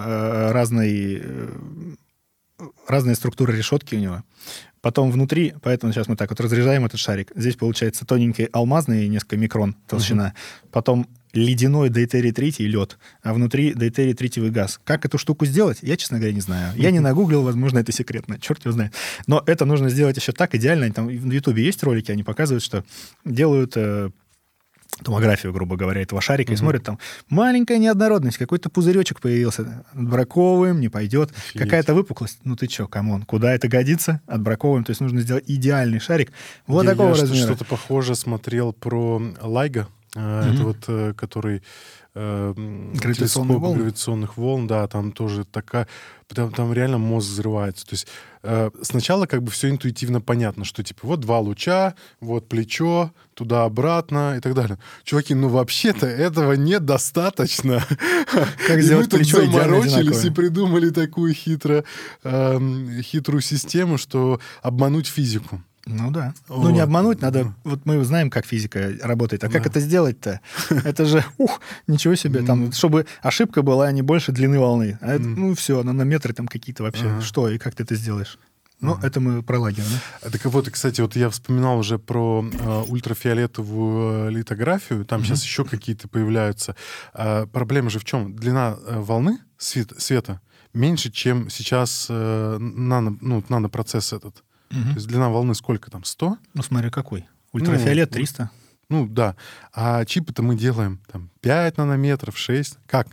разные структуры решетки у него. Потом внутри, поэтому сейчас мы так вот разрезаем этот шарик. Здесь получается тоненький алмазный, несколько микрон толщина. Потом ледяной дейтерий-тритий, лед, а внутри дейтерий-тритиевый газ. Как эту штуку сделать, я, честно говоря, не знаю. Я не нагуглил, возможно, это секретно, черт его знает. Но это нужно сделать еще так идеально. Там в Ютубе есть ролики, они показывают, что делают томографию, грубо говоря, этого шарика, и смотрят, там маленькая неоднородность, какой-то пузыречек появился. Отбраковываем, не пойдет. Какая-то выпуклость. Ну ты че, камон, куда это годится? Отбраковываем. То есть нужно сделать идеальный шарик вот такого размера. Что-то похоже смотрел про LIGO. Это вот, который телескоп гравитационных волн, да, там тоже такая... Там реально мозг взрывается. То есть сначала как бы все интуитивно понятно, что типа вот 2 луча, вот плечо, туда-обратно и так далее. Чуваки, вообще-то этого недостаточно. Как сделать плечо идеально одинаковое. Заморочились и придумали такую хитрую систему, что обмануть физику. Ну да. Вот. Не обмануть, надо... Вот мы знаем, как физика работает. А как это сделать-то? Это же, ничего себе. Там, чтобы ошибка была не больше длины волны. А это, все, она на метры там какие-то вообще. Что? И как ты это сделаешь? Это мы про лагерь, да? Так вот, кстати, вот я вспоминал уже про ультрафиолетовую литографию. Там сейчас еще какие-то появляются. Проблема же в чем? Длина волны света меньше, чем сейчас нанопроцесс этот. То есть длина волны сколько там? 100? Смотри, какой. Ультрафиолет 300. Да. А чипы-то мы делаем там 5 нанометров, 6. Как?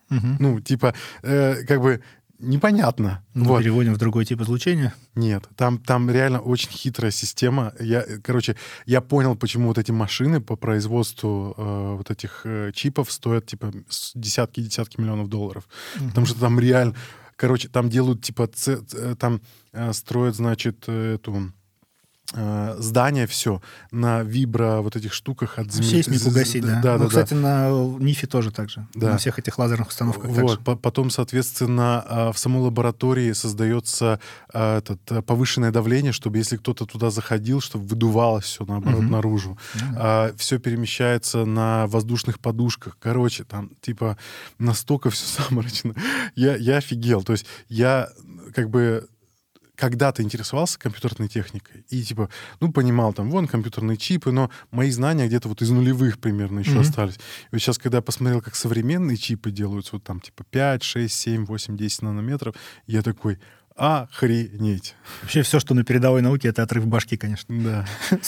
Как бы непонятно. Переводим в другой тип излучения? Нет. Там реально очень хитрая система. Я понял, почему вот эти машины по производству вот этих чипов стоят типа десятки миллионов долларов. Потому что там реально... там делают, там строят, значит, здание все на вибро вот этих штуках от земли. Сейсмику гасить, да. Да. Кстати, на НИФе тоже так же. Да. На всех этих лазерных установках так же. Потом, соответственно, в самой лаборатории создается повышенное давление, чтобы если кто-то туда заходил, чтобы выдувалось все, наоборот, наружу. Все перемещается на воздушных подушках. Там, настолько все заморочено. Я офигел. То есть я когда-то интересовался компьютерной техникой и, понимал, там, компьютерные чипы, но мои знания где-то вот из нулевых примерно еще остались. И вот сейчас, когда я посмотрел, как современные чипы делаются, вот там, 5, 6, 7, 8, 10 нанометров, я такой, охренеть. Вообще все, что на передовой науке, это отрыв башки, конечно. Да.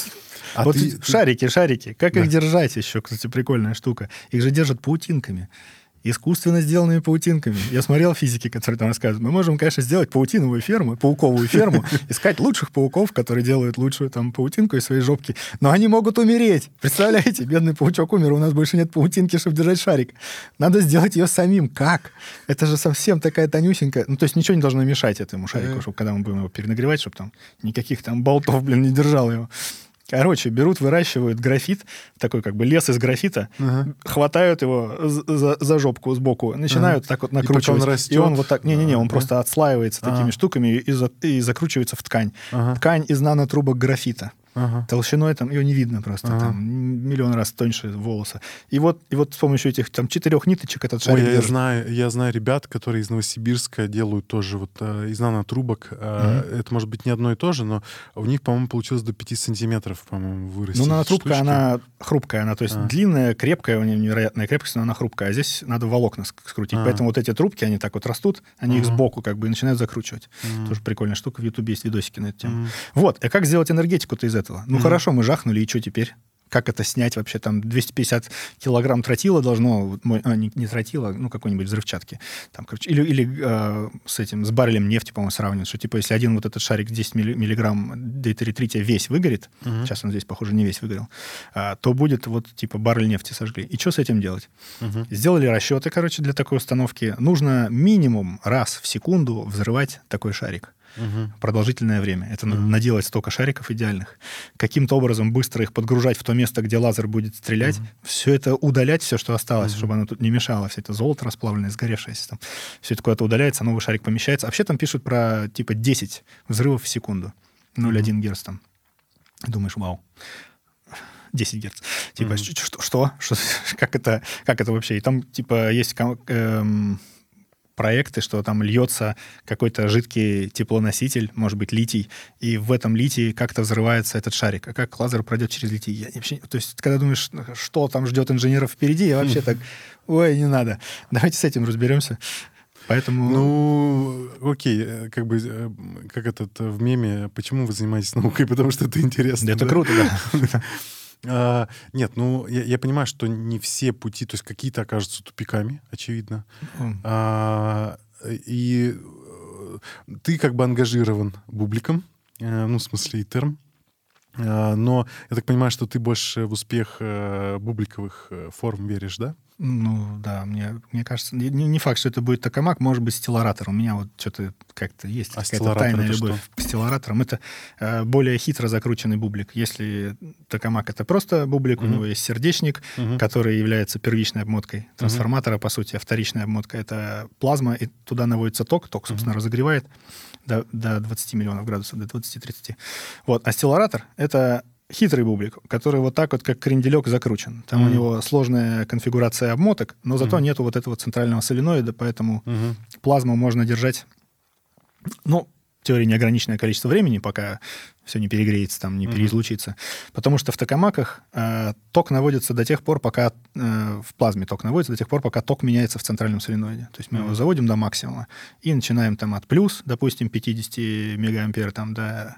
Шарики. Как их держать еще, кстати, прикольная штука. Их же держат паутинками. Искусственно сделанными паутинками. Я смотрел физики, которые там рассказывают. Мы можем, конечно, сделать пауковую ферму, искать лучших пауков, которые делают лучшую там паутинку из своей жопки, но они могут умереть. Представляете? Бедный паучок умер, у нас больше нет паутинки, чтобы держать шарик. Надо сделать ее самим. Как? Это же совсем такая тонюсенькая... то есть ничего не должно мешать этому шарику, чтобы когда мы будем его перенагревать, чтобы там никаких там болтов, не держал его. Берут, выращивают графит, такой как бы лес из графита, хватают его за жопку сбоку, начинают так вот накручивать. И он вот так... он просто отслаивается такими штуками и закручивается в ткань. Ткань из нанотрубок графита. Толщиной там ее не видно просто. Там миллион раз тоньше волоса. И вот с помощью этих 4 ниточек этот шарик держит. Я знаю ребят, которые из Новосибирска делают тоже из нанотрубок. Это может быть не одно и то же, но у них, по-моему, получилось до 5 сантиметров, по-моему, вырасти. Нанотрубка, она хрупкая. Она, то есть длинная, крепкая, у нее невероятная крепкость, но она хрупкая. А здесь надо волокна скрутить. Поэтому вот эти трубки, они так вот растут, они их сбоку как бы и начинают закручивать. Тоже прикольная штука. В Ютубе есть видосики на эту тему. А как сделать энергетику-то из этого? Хорошо, мы жахнули, и что теперь? Как это снять вообще? Там 250 килограмм тротила должно... не тротила, какой-нибудь взрывчатки. Там, или с баррелем нефти, по-моему, сравнивают, что если один вот этот шарик 10 миллиграмм дейтерий-трития весь выгорит, сейчас он здесь, похоже, не весь выгорел, то будет баррель нефти сожгли. И что с этим делать? Сделали расчеты, для такой установки. Нужно минимум раз в секунду взрывать такой шарик. продолжительное время. Это наделать столько шариков идеальных. Каким-то образом быстро их подгружать в то место, где лазер будет стрелять. Все это удалять, все, что осталось, чтобы оно тут не мешало. Все это золото расплавленное, сгоревшееся там. Все это куда-то удаляется, новый шарик помещается. Вообще там пишут про типа 10 взрывов в секунду. 0,1 Герц там. Думаешь, вау. 10 Герц. Типа, что? Как это вообще? И там, типа, есть проекты, что там льется какой-то жидкий теплоноситель, может быть, литий, и в этом литии как-то взрывается этот шарик. А как лазер пройдет через литий? Я вообще... То есть, когда думаешь, что там ждет инженеров впереди, я вообще так, ой, не надо. Давайте с этим разберемся. Поэтому... Ну, окей, как этот в меме, почему вы занимаетесь наукой? Потому что это интересно. Это круто, да. Нет, ну, я понимаю, что не все пути, то есть какие-то окажутся тупиками, очевидно. И ты как бы ангажирован бубликом, ну, в смысле, и терм. Но я так понимаю, что ты больше в успех бубликовых форм веришь, да? Ну, да, мне кажется, не факт, что это будет токамак, может быть, стелларатор. У меня вот что-то как-то есть какая-то тайная любовь к стеллараторам. Это более хитро закрученный бублик. Если токамак — это просто бублик, у него есть сердечник, который является первичной обмоткой трансформатора, по сути, а вторичная обмотка — это плазма, и туда наводится ток, собственно, разогревает до 20 миллионов градусов, до 20-30. Вот. А стелларатор — это хитрый бублик, который вот так вот, как кренделек, закручен. Там у него сложная конфигурация обмоток, но зато нету вот этого центрального соленоида, поэтому плазму можно держать, ну, в теории неограниченное количество времени, пока все не перегреется, там, не переизлучится. Потому что в токамаках ток наводится до тех пор, пока в плазме ток наводится до тех пор, пока ток меняется в центральном соленоиде. То есть мы его заводим до максимума и начинаем там от плюс, допустим, 50 мегаампер, там, до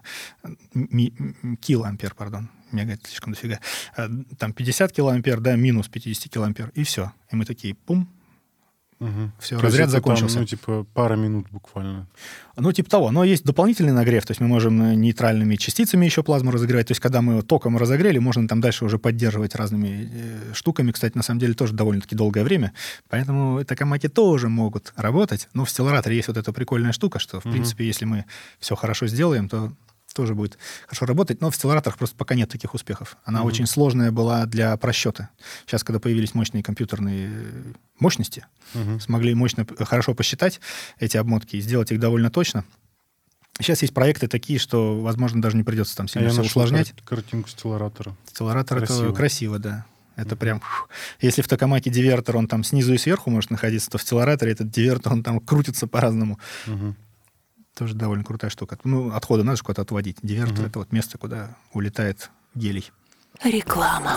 килоампер, пардон, мега — это слишком дофига, там 50 килоампер до минус 50 килоампер, и все. И мы такие, пум, все, разряд закончился. Там, ну, типа, пара минут буквально. Ну, типа того. Но есть дополнительный нагрев, то есть мы можем нейтральными частицами еще плазму разогревать. То есть когда мы током разогрели, можно там дальше уже поддерживать разными штуками. Кстати, на самом деле тоже довольно-таки долгое время. Поэтому токамаки тоже могут работать. Но в стеллараторе есть вот эта прикольная штука, что, в принципе, если мы все хорошо сделаем, то тоже будет хорошо работать, но в стеллараторах просто пока нет таких успехов. Она очень сложная была для просчета. Сейчас, когда появились мощные компьютерные мощности, смогли хорошо посчитать эти обмотки и сделать их довольно точно. Сейчас есть проекты такие, что, возможно, даже не придется там сильно все усложнять. Картинку стелларатора. Стелларатор — это красиво, да. Это прям... Если в токамаке дивертор, он там снизу и сверху может находиться, то в стеллараторе этот дивертор, он там крутится по-разному. Тоже довольно крутая штука. Ну, отходы надо же куда-то отводить. Дивертор — это вот место, куда улетает гелий. Реклама.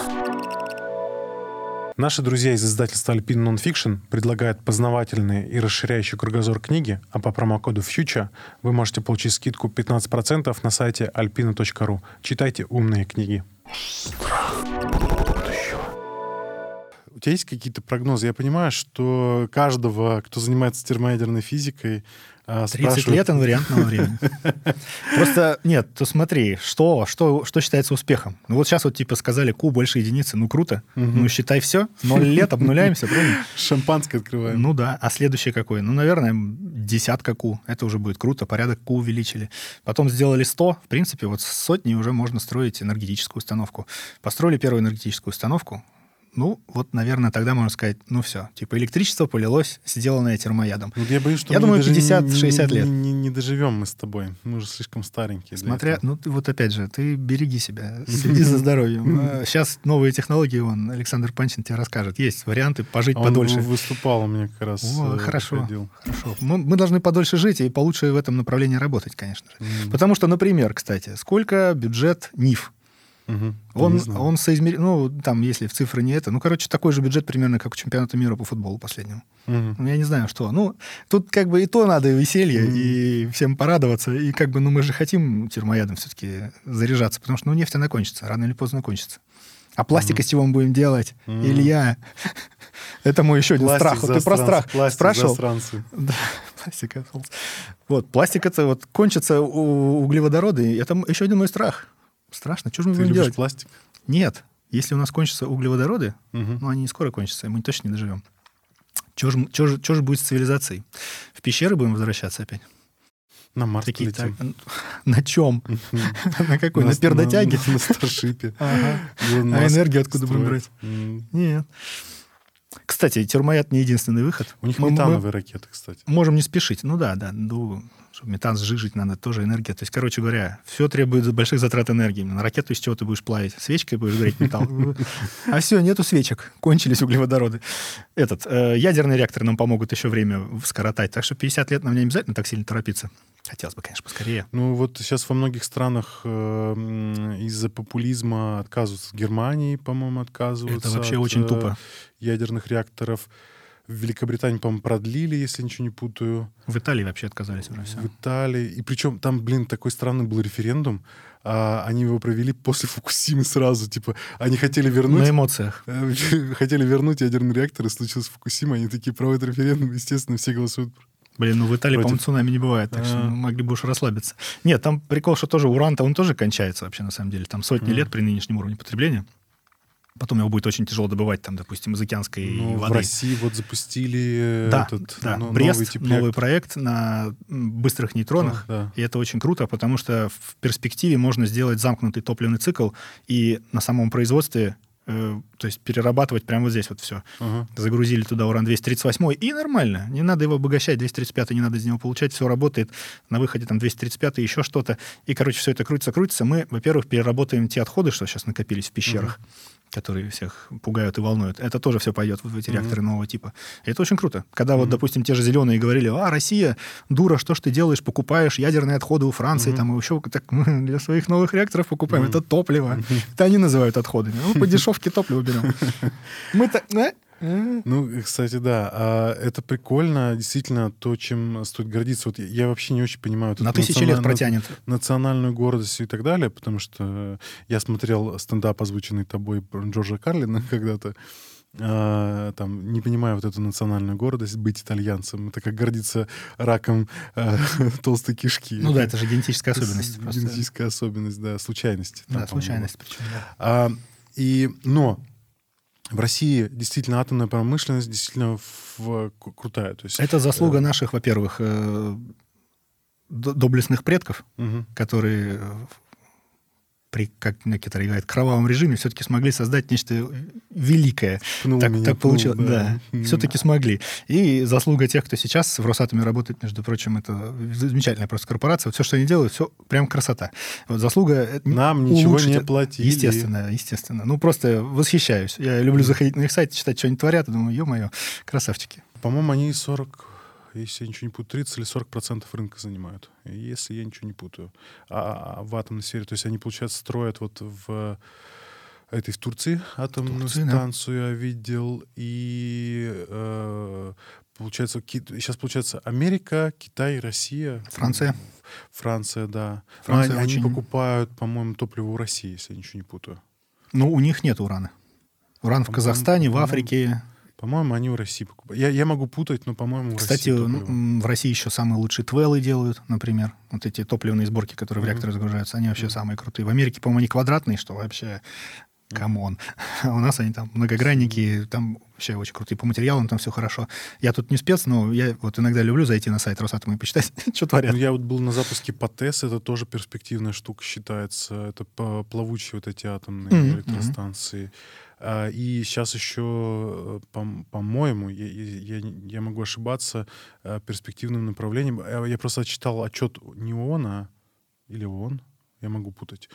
Наши друзья из издательства Alpine Nonfiction предлагают познавательные и расширяющие кругозор книги, а по промокоду FUTURE вы можете получить скидку 15% на сайте alpina.ru. Читайте умные книги. У тебя есть какие-то прогнозы? Я понимаю, что каждого, кто занимается термоядерной физикой, 30 лет инвариантного времени. Просто, нет, то смотри, что считается успехом? Ну вот сейчас вот типа сказали, Q больше единицы, ну круто, ну считай все, 0 лет, обнуляемся, правильно? Шампанское открываем. Ну да, а следующее какое? Ну, наверное, 10 Q, это уже будет круто, порядок Q увеличили. Потом сделали 100, в принципе, вот с сотни уже можно строить энергетическую установку. Построили первую энергетическую установку, ну, вот, наверное, тогда можно сказать, ну все, типа электричество полилось, сделанное термоядом. Я боюсь, что я думаю, 50-60 лет. Не доживем мы с тобой. Мы уже слишком старенькие. Смотря, ну, ты, вот опять же, ты береги себя, следи за здоровьем. Сейчас новые технологии, Александр Панчин тебе расскажет. Есть варианты пожить подольше. Он выступал у меня как раз. Хорошо. Мы должны подольше жить и получше в этом направлении работать, конечно же. Потому что, например, кстати, сколько бюджет НИФ? Он соизмерил, ну, там, если в цифры не это, ну, короче, такой же бюджет примерно, как у чемпионата мира по футболу последнему. Ну, я не знаю, что. Ну, тут как бы и то надо, и веселье, и всем порадоваться, и как бы, ну, мы же хотим термоядом все-таки заряжаться, потому что, ну, нефть, она кончится, рано или поздно кончится. А пластик из чего мы будем делать? Илья, это мой еще один страх. Вот ты про страх спрашивал? Да, пластик. Вот, пластик это вот кончится углеводороды, и это еще один мой страх. Страшно. Что же мы будем делать? Ты любишь пластик? Нет. Если у нас кончатся углеводороды, ну, они не скоро кончатся, мы точно не доживем. Что же будет с цивилизацией? В пещеры будем возвращаться опять? На Марс Какие-то... полетим. На чем? На какой? На пердотяге? На Старшипе. А энергию откуда будем брать? Нет. Кстати, термояд не единственный выход. У них метановые ракеты, кстати. Можем не спешить. Ну да. Ну, чтобы метан сжижить, надо тоже энергия. То есть, короче говоря, все требует больших затрат энергии. На ракету из чего ты будешь плавить? Свечкой будешь греть металл? А все, нету свечек. Кончились углеводороды. Ядерные реакторы нам помогут еще время скоротать. Так что 50 лет нам не обязательно так сильно торопиться. Хотелось бы, конечно, поскорее. Ну вот сейчас во многих странах из-за популизма отказываются. В Германии, по-моему, отказываются. Это вообще очень тупо. Ядерных реакторов. В Великобритании, по-моему, продлили, если ничего не путаю. В Италии вообще отказались уже все. В Италии. И причем там, такой странный был референдум. Они его провели после Фукусимы сразу. Типа, они хотели вернуть... На эмоциях. Хотели вернуть ядерный реактор, и случилась Фукусима. Они такие проводят референдум, естественно, все голосуют. Блин, ну в Италии, по-моему, цунами не бывает, так что могли бы уж расслабиться. Нет, там прикол, что тоже уран-то он тоже кончается вообще, на самом деле. Там сотни лет при нынешнем уровне потребления. Потом его будет очень тяжело добывать, там, допустим, из океанской воды. В России вот запустили Брест, новый проект на быстрых нейтронах. И это очень круто, потому что в перспективе можно сделать замкнутый топливный цикл и на самом производстве, то есть перерабатывать прямо вот здесь вот все. Загрузили туда уран-238, и нормально. Не надо его обогащать, 235 не надо из него получать, все работает. На выходе там 235 еще что-то. И, короче, все это крутится. Мы, во-первых, переработаем те отходы, что сейчас накопились в пещерах, которые всех пугают и волнуют. Это тоже все пойдет в эти реакторы нового типа. И это очень круто. Когда вот, допустим, те же зеленые говорили: Россия, дура, что ж ты делаешь, покупаешь ядерные отходы у Франции, там, и еще так мы для своих новых реакторов покупаем. Это топливо. Это они называют отходами. Ну, по дешевке топливо берем. Мы-то... Ну, кстати, да. Это прикольно, действительно, то, чем стоит гордиться. Вот я вообще не очень понимаю... На тысячи лет протянет. Национальную гордость и так далее, потому что я смотрел стендап, озвученный тобой, Джорджа Карлина когда-то. Там, не понимаю вот эту национальную гордость, быть итальянцем. Это как гордиться раком толстой кишки. Ну да, это же генетическая особенность. Генетическая особенность, да, случайность. Да, случайность причем, да. Но в России действительно атомная промышленность действительно крутая. То есть, это заслуга наших, во-первых, доблестных предков, которые как некоторые говорят, кровавом режиме все-таки смогли создать нечто великое. Так получилось. Да. Все-таки смогли. И заслуга тех, кто сейчас в Росатоме работает, между прочим, это замечательная просто корпорация. Вот все, что они делают, все прям красота. Вот заслуга... Нам ничего не платили. Естественно. Ну, просто восхищаюсь. Я люблю заходить на их сайт, читать, что они творят, и думаю, ё-моё, красавчики. По-моему, они 40... Если я ничего не путаю, 30 или 40% рынка занимают. Если я ничего не путаю. А в атомной сфере, то есть они, получается, строят вот в Турции атомную станцию, я видел. И получается, сейчас получается Америка, Китай, Россия. Франция, да. Они покупают, по-моему, топливо у России, если я ничего не путаю. Ну, у них нет урана. Уран в Казахстане, в Африке... По-моему, они в России покупают. Я могу путать, но, по-моему, в России. Кстати, в России еще самые лучшие твеллы делают, например. Вот эти топливные сборки, которые в реакторы загружаются, они вообще самые крутые. В Америке, по-моему, они квадратные, что вообще... Камон. А у нас они там многогранники, там вообще очень крутые. По материалам там все хорошо. Я тут не спец, но я вот иногда люблю зайти на сайт Росатома и почитать, что творят. Я вот был на запуске ПАТЭС, это тоже перспективная штука считается. Это плавучие вот эти атомные электростанции. И сейчас еще, по-моему, я могу ошибаться, перспективным направлением. Я просто читал отчет не ООН, или ООН, я могу путать,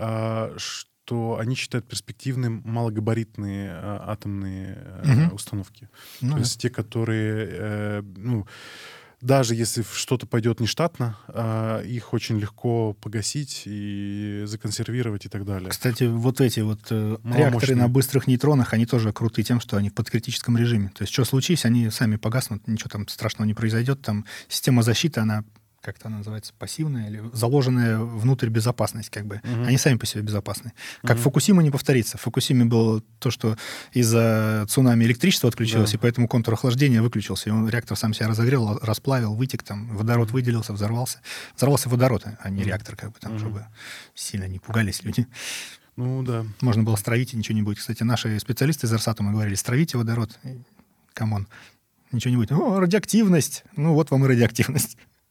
что они считают перспективным малогабаритные атомные установки. То есть те, которые... даже если что-то пойдет нештатно, их очень легко погасить и законсервировать и так далее. Кстати, вот эти вот реакторы на быстрых нейтронах, они тоже круты тем, что они в подкритическом режиме. То есть, что случись, они сами погаснут, ничего там страшного не произойдет. Там система защиты, она, как-то она называется, пассивная или заложенная внутрь безопасность, как бы. Они сами по себе безопасны. Как Фукусима не повторится. В Фукусиме было то, что из-за цунами электричество отключилось, и поэтому контур охлаждения выключился. И реактор сам себя разогрел, расплавил, вытек, там, водород выделился, взорвался. Взорвался водород, а не реактор, как бы, там, чтобы сильно не пугались люди. Ну, да. Можно было стравить, и ничего не будет. Кстати, наши специалисты из Росатома говорили, стравите водород. Камон. Ничего не будет. О, радиоактивность. Ну, вот вам и радиоактивность.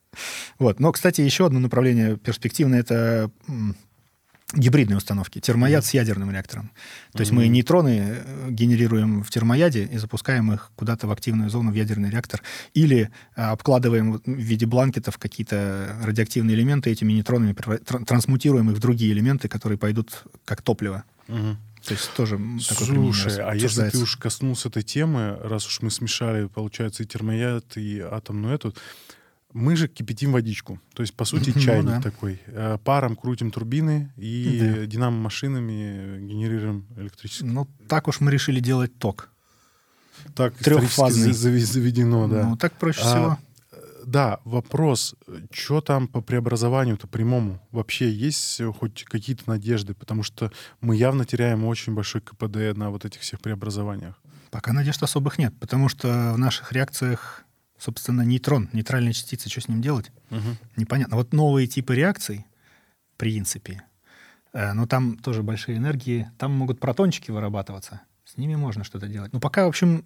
Вот. Но, кстати, еще одно направление перспективное — это гибридные установки. Термояд с ядерным реактором. То есть мы нейтроны генерируем в термояде и запускаем их куда-то в активную зону, в ядерный реактор. Или обкладываем в виде бланкетов какие-то радиоактивные элементы этими нейтронами, трансмутируем их в другие элементы, которые пойдут как топливо. То есть тоже такой применение. Слушай, а если ты уж коснулся этой темы, раз уж мы смешали, получается, и термояд, и атомную эту, мы же кипятим водичку. То есть, по сути, чайник такой. Паром крутим турбины и динамо-машинами генерируем электричество. Ну, так уж мы решили делать ток. Так трехфазный. Заведено, да. Ну, так проще всего. Да, вопрос, что там по преобразованию-то прямому? Вообще есть хоть какие-то надежды? Потому что мы явно теряем очень большой КПД на вот этих всех преобразованиях. Пока надежд особых нет, потому что в наших реакциях, собственно, нейтрон, нейтральные частицы, что с ним делать? Непонятно. Вот новые типы реакций, в принципе, но там тоже большие энергии, там могут протончики вырабатываться, с ними можно что-то делать. Но пока, в общем,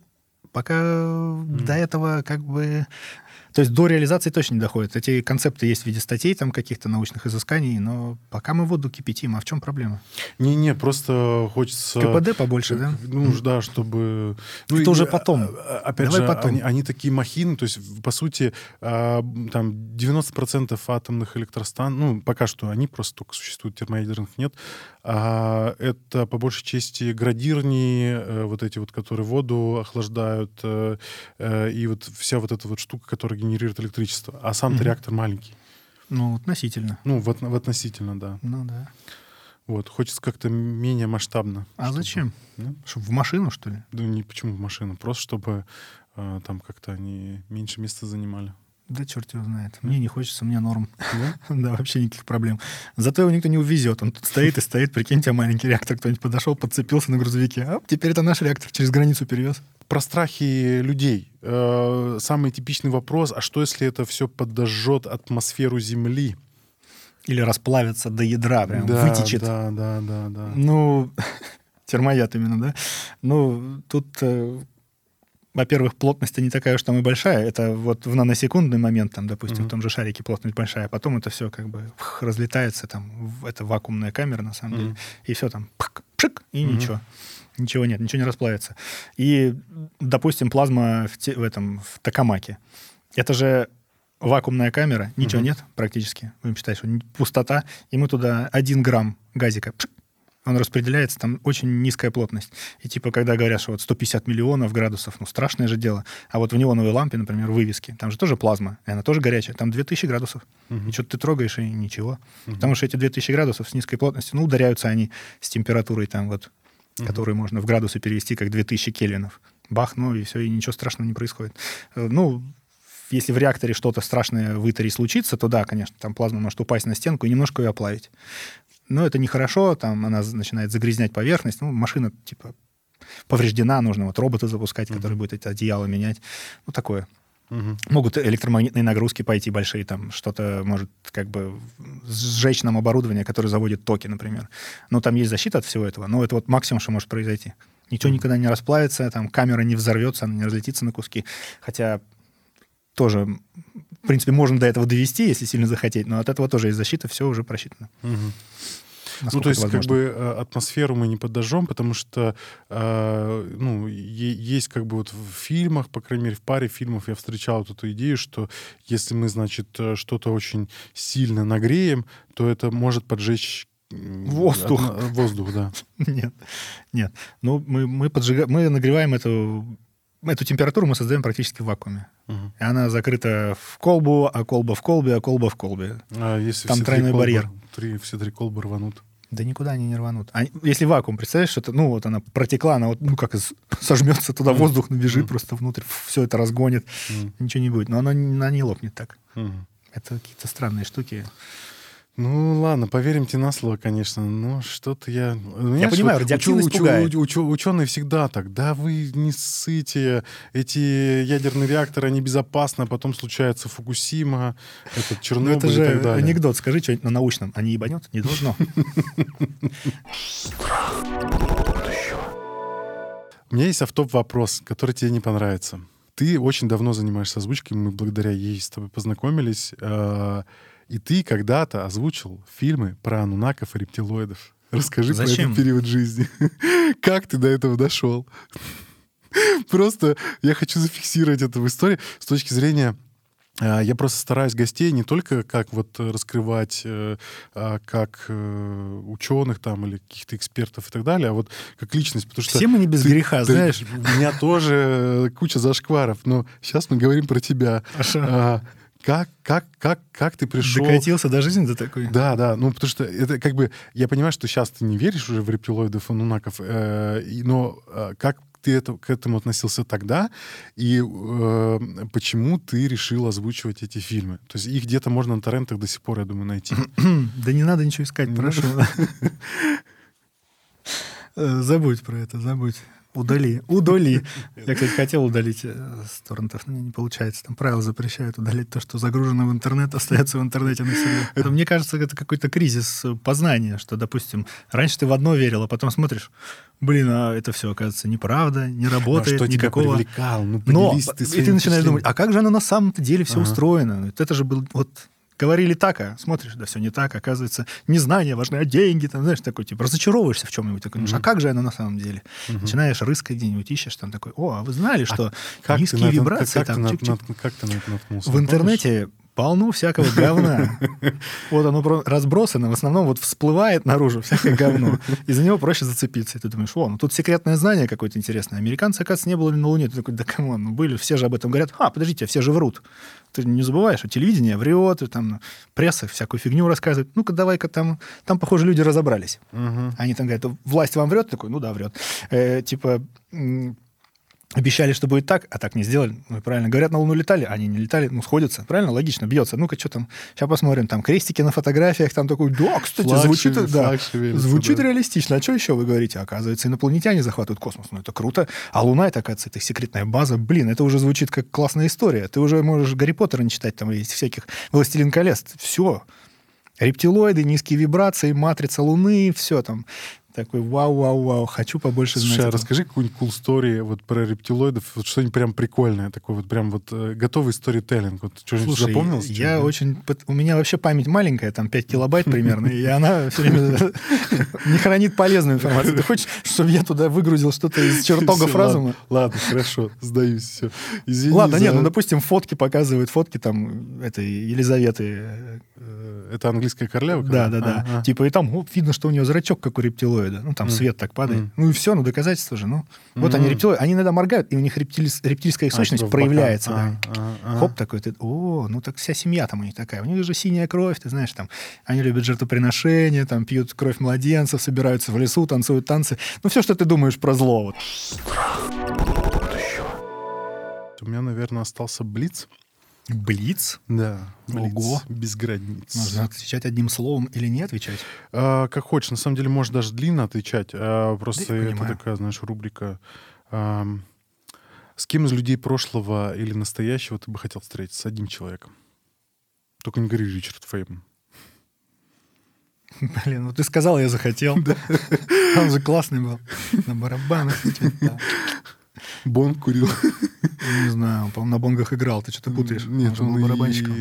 до этого как бы... То есть до реализации точно не доходит. Эти концепты есть в виде статей, там каких-то научных изысканий, но пока мы воду кипятим, а в чем проблема? Не, просто хочется... КПД побольше, да? Ну, да, чтобы... Это уже потом. Опять Давай же, потом. Они такие махины, то есть, по сути, там 90% атомных электростанций, ну, пока что они просто только существуют, термоядерных нет, это, по большей части, градирни, вот эти вот, которые воду охлаждают, и вот вся вот эта вот штука, которая генерирует электричество. А сам-то реактор маленький. Ну, относительно. Ну, в относительно, да. Ну, да. Вот, хочется как-то менее масштабно. А зачем? Да? Чтобы в машину, что ли? Да не почему в машину, просто чтобы там как-то они меньше места занимали. Да черт его знает. Мне не хочется, мне норм. Да, вообще никаких проблем. Зато его никто не увезет. Он тут стоит и стоит. Прикинь, у тебя маленький реактор. Кто-нибудь подошел, подцепился на грузовике. А теперь это наш реактор. Через границу перевез. Про страхи людей. Самый типичный вопрос. А что, если это все подожжет атмосферу Земли? Или расплавится до ядра, прям Да, вытечет. Да. Ну, термояд именно, да? Ну, тут... Во-первых, плотность не такая уж там и большая. Это вот в наносекундный момент, там, допустим, в том же шарике плотность большая, а потом это все как бы разлетается, там, это вакуумная камера, на самом деле, и все там пшик, и ничего. Ничего нет, ничего не расплавится. И, допустим, плазма в токамаке. Это же вакуумная камера, ничего нет практически. Будем считать, что пустота, и мы туда 1 грамм газика пшик, он распределяется, там очень низкая плотность. И типа, когда говорят, что вот 150 миллионов градусов, ну, страшное же дело. А вот в неоновой лампе, например, вывески, там же тоже плазма, и она тоже горячая. Там 2000 градусов. И что-то ты трогаешь, и ничего. Потому что эти 2000 градусов с низкой плотностью, ну, ударяются они с температурой там вот, которую можно в градусы перевести, как 2000 кельвинов. Бах, ну, и все, и ничего страшного не происходит. Ну, если в реакторе что-то страшное в ИТЕРе случится, то да, конечно, там плазма может упасть на стенку и немножко ее оплавить. Но это нехорошо, там она начинает загрязнять поверхность. Ну, машина, типа, повреждена, нужно вот робота запускать, который будет эти одеяла менять. Ну, такое. Могут электромагнитные нагрузки пойти большие, там что-то может как бы сжечь нам оборудование, которое заводит токи, например. Ну, там есть защита от всего этого, но это вот максимум, что может произойти. Ничего никогда не расплавится, там камера не взорвется, она не разлетится на куски. Хотя тоже, в принципе, можно до этого довести, если сильно захотеть, но от этого тоже есть защита, все уже просчитано. Ну, то есть, как бы атмосферу мы не подожжем, потому что, ну, есть как бы вот в фильмах, по крайней мере, в паре фильмов я встречал вот эту идею, что если мы, значит, что-то очень сильно нагреем, то это может поджечь воздух. Воздух, да. Нет. Ну, мы нагреваем эту температуру мы создаем практически в вакууме. И она закрыта в колбу, а колба в колбе, а колба в колбе. А если там тройной барьер. Все 3 колбы рванут? Да никуда они не рванут. Если вакуум, представляешь, что это, ну, вот она протекла, она вот, ну, как сожмется туда, воздух набежит просто внутрь, все это разгонит, ничего не будет. Но она не лопнет так. Это какие-то странные штуки. Ну, ладно, поверим тебе на слово, конечно, но что-то я... Я понимаю, радиоактивность пугает. Ученые всегда так. Да вы не ссыте, эти ядерные реакторы, они безопасны, а потом случается Фукусима, этот Чернобыль и так далее. Это же анекдот. Скажи что-нибудь на научном. А не ебанет? Не должно. У меня есть автоп-вопрос, который тебе не понравится. Ты очень давно занимаешься озвучкой, мы благодаря ей с тобой познакомились. И ты когда-то озвучил фильмы про анунаков и рептилоидов. Расскажи про этот период жизни. Как ты до этого дошел? Просто я хочу зафиксировать это в истории с точки зрения... Я просто стараюсь гостей не только как вот раскрывать как ученых там или каких-то экспертов и так далее, а вот как личность. Потому что все мы не без греха, знаешь. У меня тоже куча зашкваров, но сейчас мы говорим про тебя. Как ты пришел... Докатился до жизни до такой? Да, ну потому что это как бы... Я понимаю, что сейчас ты не веришь уже в рептилоидов, анунаков, но как ты к этому относился тогда, и почему ты решил озвучивать эти фильмы? То есть их где-то можно на торрентах до сих пор, я думаю, найти. Да не надо ничего искать, прошу. Забудь про это, забудь. Удали. Я, кстати, хотел удалить с торрентов, но не получается. Там правила запрещают удалить то, что загружено в интернет, остается в интернете навсегда. Мне кажется, это какой-то кризис познания, что, допустим, раньше ты в одно верил, а потом смотришь, а это все, оказывается, неправда, не работает, что никакого... тебя привлекал? Но ты начинаешь думать, а как же оно на самом-то деле все устроено? Это же был... Говорили так, а смотришь, да все не так, оказывается, не знания важны, а деньги, там, знаешь, такой, типа, разочаровываешься в чем-нибудь, такой, а как же оно на самом деле? Начинаешь рыскать где-нибудь, ищешь, там такой, а вы знали, что низкие вибрации... Как ты на это наткнулся? В интернете полно всякого говна. Вот оно разбросано, в основном вот всплывает наружу всякое говно, и за него проще зацепиться. И ты думаешь, тут секретное знание какое-то интересное. Американцы, оказывается, не было на Луне. Ты такой, да камон, были, все же об этом говорят. Подождите, все же врут. Ты не забываешь, что телевидение врет, и там пресса всякую фигню рассказывает. Ну-ка, давай-ка там, похоже, люди разобрались. Они там говорят, власть вам врет? Такой, да, врет. Обещали, что будет так, а так не сделали. Правильно. Говорят, на Луну летали, они не летали. Сходятся. Правильно? Логично. Бьется. Ну-ка, что там? Сейчас посмотрим. Там крестики на фотографиях. Там такой, кстати, звучит реалистично. А что еще вы говорите? Оказывается, инопланетяне захватывают космос. Это круто. А Луна, это, оказывается, это секретная база. Это уже звучит как классная история. Ты уже можешь Гарри Поттера не читать, там есть всяких «Властелин колец». Все. Рептилоиды, низкие вибрации, матрица Луны, все там. Такой, вау, хочу побольше знать. Слушай, расскажи какую-нибудь cool story вот про рептилоидов, вот что-нибудь прям прикольное, такой вот прям вот готовый сторителлинг. Вот что-нибудь запомнилось? У меня вообще память маленькая, там 5 килобайт примерно, и она все время не хранит полезную информацию. Ты хочешь, чтобы я туда выгрузил что-то из чертогов разума? Ладно, хорошо, сдаюсь, все. Извини. Ладно, нет, допустим, фотки показывают, фотки там этой Елизаветы. Это английская королева? Да. Типа, и там видно, что у нее зрачок, как у рептилоида. Там свет так падает. И все, доказательства же. Вот они рептилоиды, они иногда моргают, и у них рептильская их сущность проявляется. Хоп, такой, так вся семья там у них такая. У них же синяя кровь, ты знаешь, там, они любят жертвоприношения, там, пьют кровь младенцев, собираются в лесу, танцуют танцы. Все, что ты думаешь про зло. У меня, наверное, остался блиц. Блиц? Да. Блиц. Ого. Без границ. Можно отвечать одним словом или не отвечать? Как хочешь. На самом деле, можешь даже длинно отвечать. Просто да, это такая, знаешь, рубрика. С кем из людей прошлого или настоящего ты бы хотел встретиться? С одним человеком. Только не говори Ричард Фейман. Блин, ты сказал, я захотел. Он же классный был. На барабанах. Бонг курил. Не знаю, он, по-моему, на бонгах играл. Ты что-то путаешь. Нет, он был барабанщиком.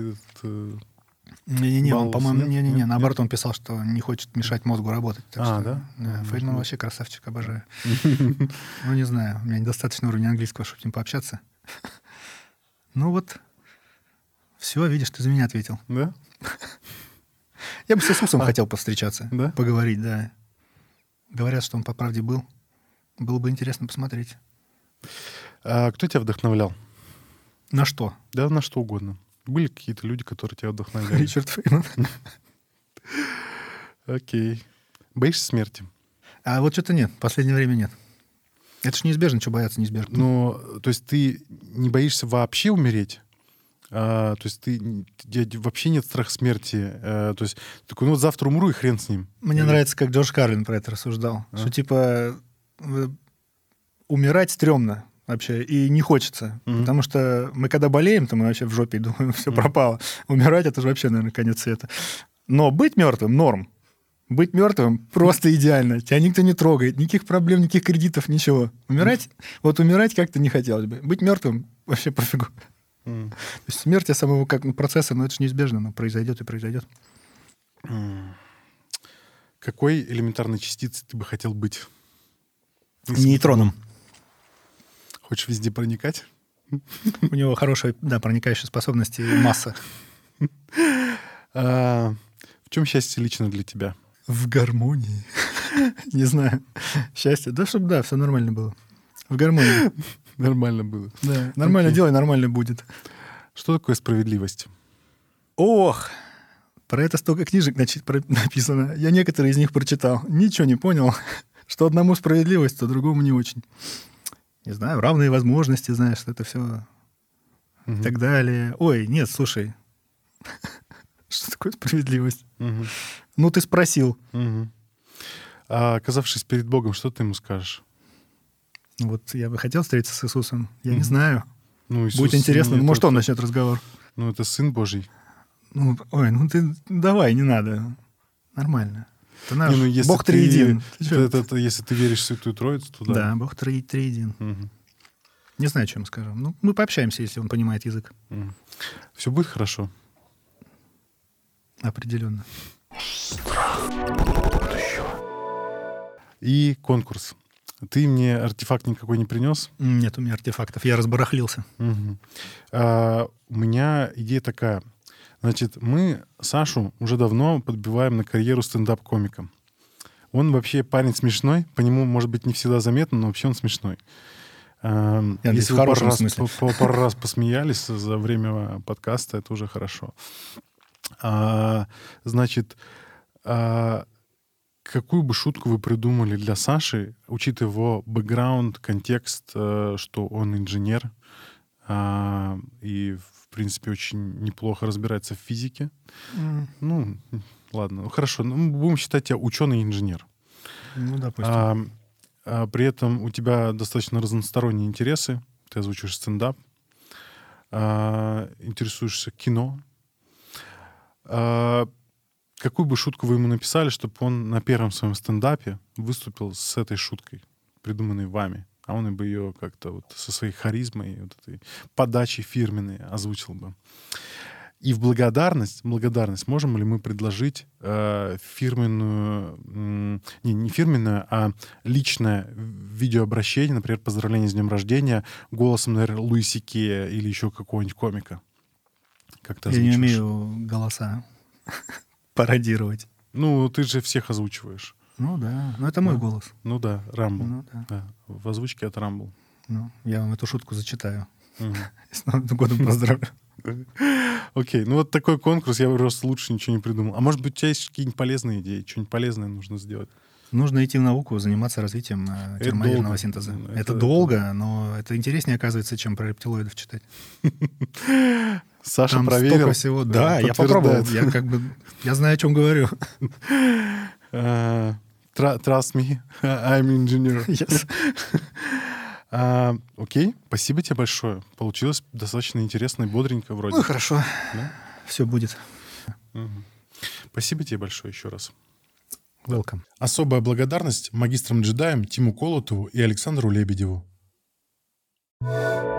Не, он, по-моему, наоборот, он писал, что не хочет мешать мозгу работать. Да? Фейдман вообще красавчик, обожаю. Не знаю, у меня недостаточно уровня английского, чтобы с ним пообщаться. Все, видишь, ты за меня ответил. Да? Я бы с Иисусом хотел повстречаться, да? Поговорить, да. Говорят, что он по правде был. Было бы интересно посмотреть. А кто тебя вдохновлял? На что? Да, на что угодно. Были какие-то люди, которые тебя вдохновляли? Ричард Фейман. Окей. Боишься смерти? А вот что-то нет. В последнее время нет. Это ж неизбежно, что бояться неизбежно. То есть ты не боишься вообще умереть? То есть вообще нет страха смерти? То есть такой, завтра умру и хрен с ним. Мне нравится, как Джордж Карлин про это рассуждал. Что типа умирать стрёмно вообще и не хочется. Потому что мы когда болеем, то мы вообще в жопе думаем, все пропало. Умирать — это же вообще, наверное, конец света. Но быть мертвым — норм. Быть мертвым просто идеально. Тебя никто не трогает, никаких проблем, никаких кредитов, ничего. Умирать как-то не хотелось бы. Быть мертвым вообще пофигу. То есть смерть самого как процесса, но это же неизбежно, но произойдет и произойдет. Какой элементарной частицей ты бы хотел быть? Нейтроном. Хочешь везде проникать? У него хорошая, проникающая способность и масса. В чем счастье лично для тебя? В гармонии. Не знаю. Счастье. Да, чтобы, все нормально было. В гармонии. Нормально было. Да, нормально делай, нормально будет. Что такое справедливость? Ох! Про это столько книжек написано. Я некоторые из них прочитал. Ничего не понял. Что одному справедливость, то другому не очень. Не знаю, равные возможности, знаешь, это все и так далее. Ой, нет, слушай. Что такое справедливость? Ну, ты спросил. А оказавшись перед Богом, что ты ему скажешь? Вот я бы хотел встретиться с Иисусом. Я не знаю. Ну, Иисус, будет интересно. Может, он начнет разговор. Ну, это Сын Божий. Ну ты давай, не надо. Нормально. Это наш если Бог триедин. Если ты веришь в Святую Троицу, то да. Да, Бог триедин. Не знаю, что ему скажем. Ну, мы пообщаемся, если он понимает язык. Все будет хорошо. Определенно. И конкурс. Ты мне артефакт никакой не принес? Нет, у меня артефактов. Я разбарахлился. У меня идея такая. Значит, мы Сашу уже давно подбиваем на карьеру стендап-комика. Он вообще парень смешной. По нему, может быть, не всегда заметно, но вообще он смешной. Если в хорошем смысле. пару раз посмеялись за время подкаста, это уже хорошо. Значит, какую бы шутку вы придумали для Саши, учитывая его бэкграунд, контекст, что он инженер и, в принципе, очень неплохо разбирается в физике? Ну, ладно, хорошо. Ну, будем считать тебя ученый-инженер. Ну, допустим. При этом у тебя достаточно разносторонние интересы. Ты озвучиваешь стендап, интересуешься кино. Какую бы шутку вы ему написали, чтобы он на первом своем стендапе выступил с этой шуткой, придуманной вами, а он бы ее как-то вот со своей харизмой, вот этой подачей фирменной озвучил бы. И в благодарность можем ли мы предложить фирменную, не фирменную, а личное видеообращение, например, поздравление с днем рождения голосом, наверное, Луи Сикея или еще какого-нибудь комика? Как ты озвучиваешь? Я не умею голоса пародировать. Ну, ты же всех озвучиваешь. Ну да, но это мой голос. Ну да, Рамбл. Ну да. Да. В озвучке от Рамбл. Ну, я вам эту шутку зачитаю. С Новым годом поздравлю. Окей, ну вот такой конкурс, я просто лучше ничего не придумал. А может быть, у тебя есть какие-нибудь полезные идеи? Что-нибудь полезное нужно сделать? Нужно идти в науку, заниматься развитием термоядерного синтеза. Это долго, но это интереснее, оказывается, чем про рептилоидов читать. Саша там проверил. Столько всего. Да, я попробовал. Я знаю, о чем говорю. Trust me, I'm engineer. Yes. Окей, спасибо тебе большое. Получилось достаточно интересно и бодренько вроде. Ну, хорошо. Да? Все будет. Спасибо тебе большое еще раз. Welcome. Особая благодарность магистрам-джедаям Тиму Колотову и Александру Лебедеву.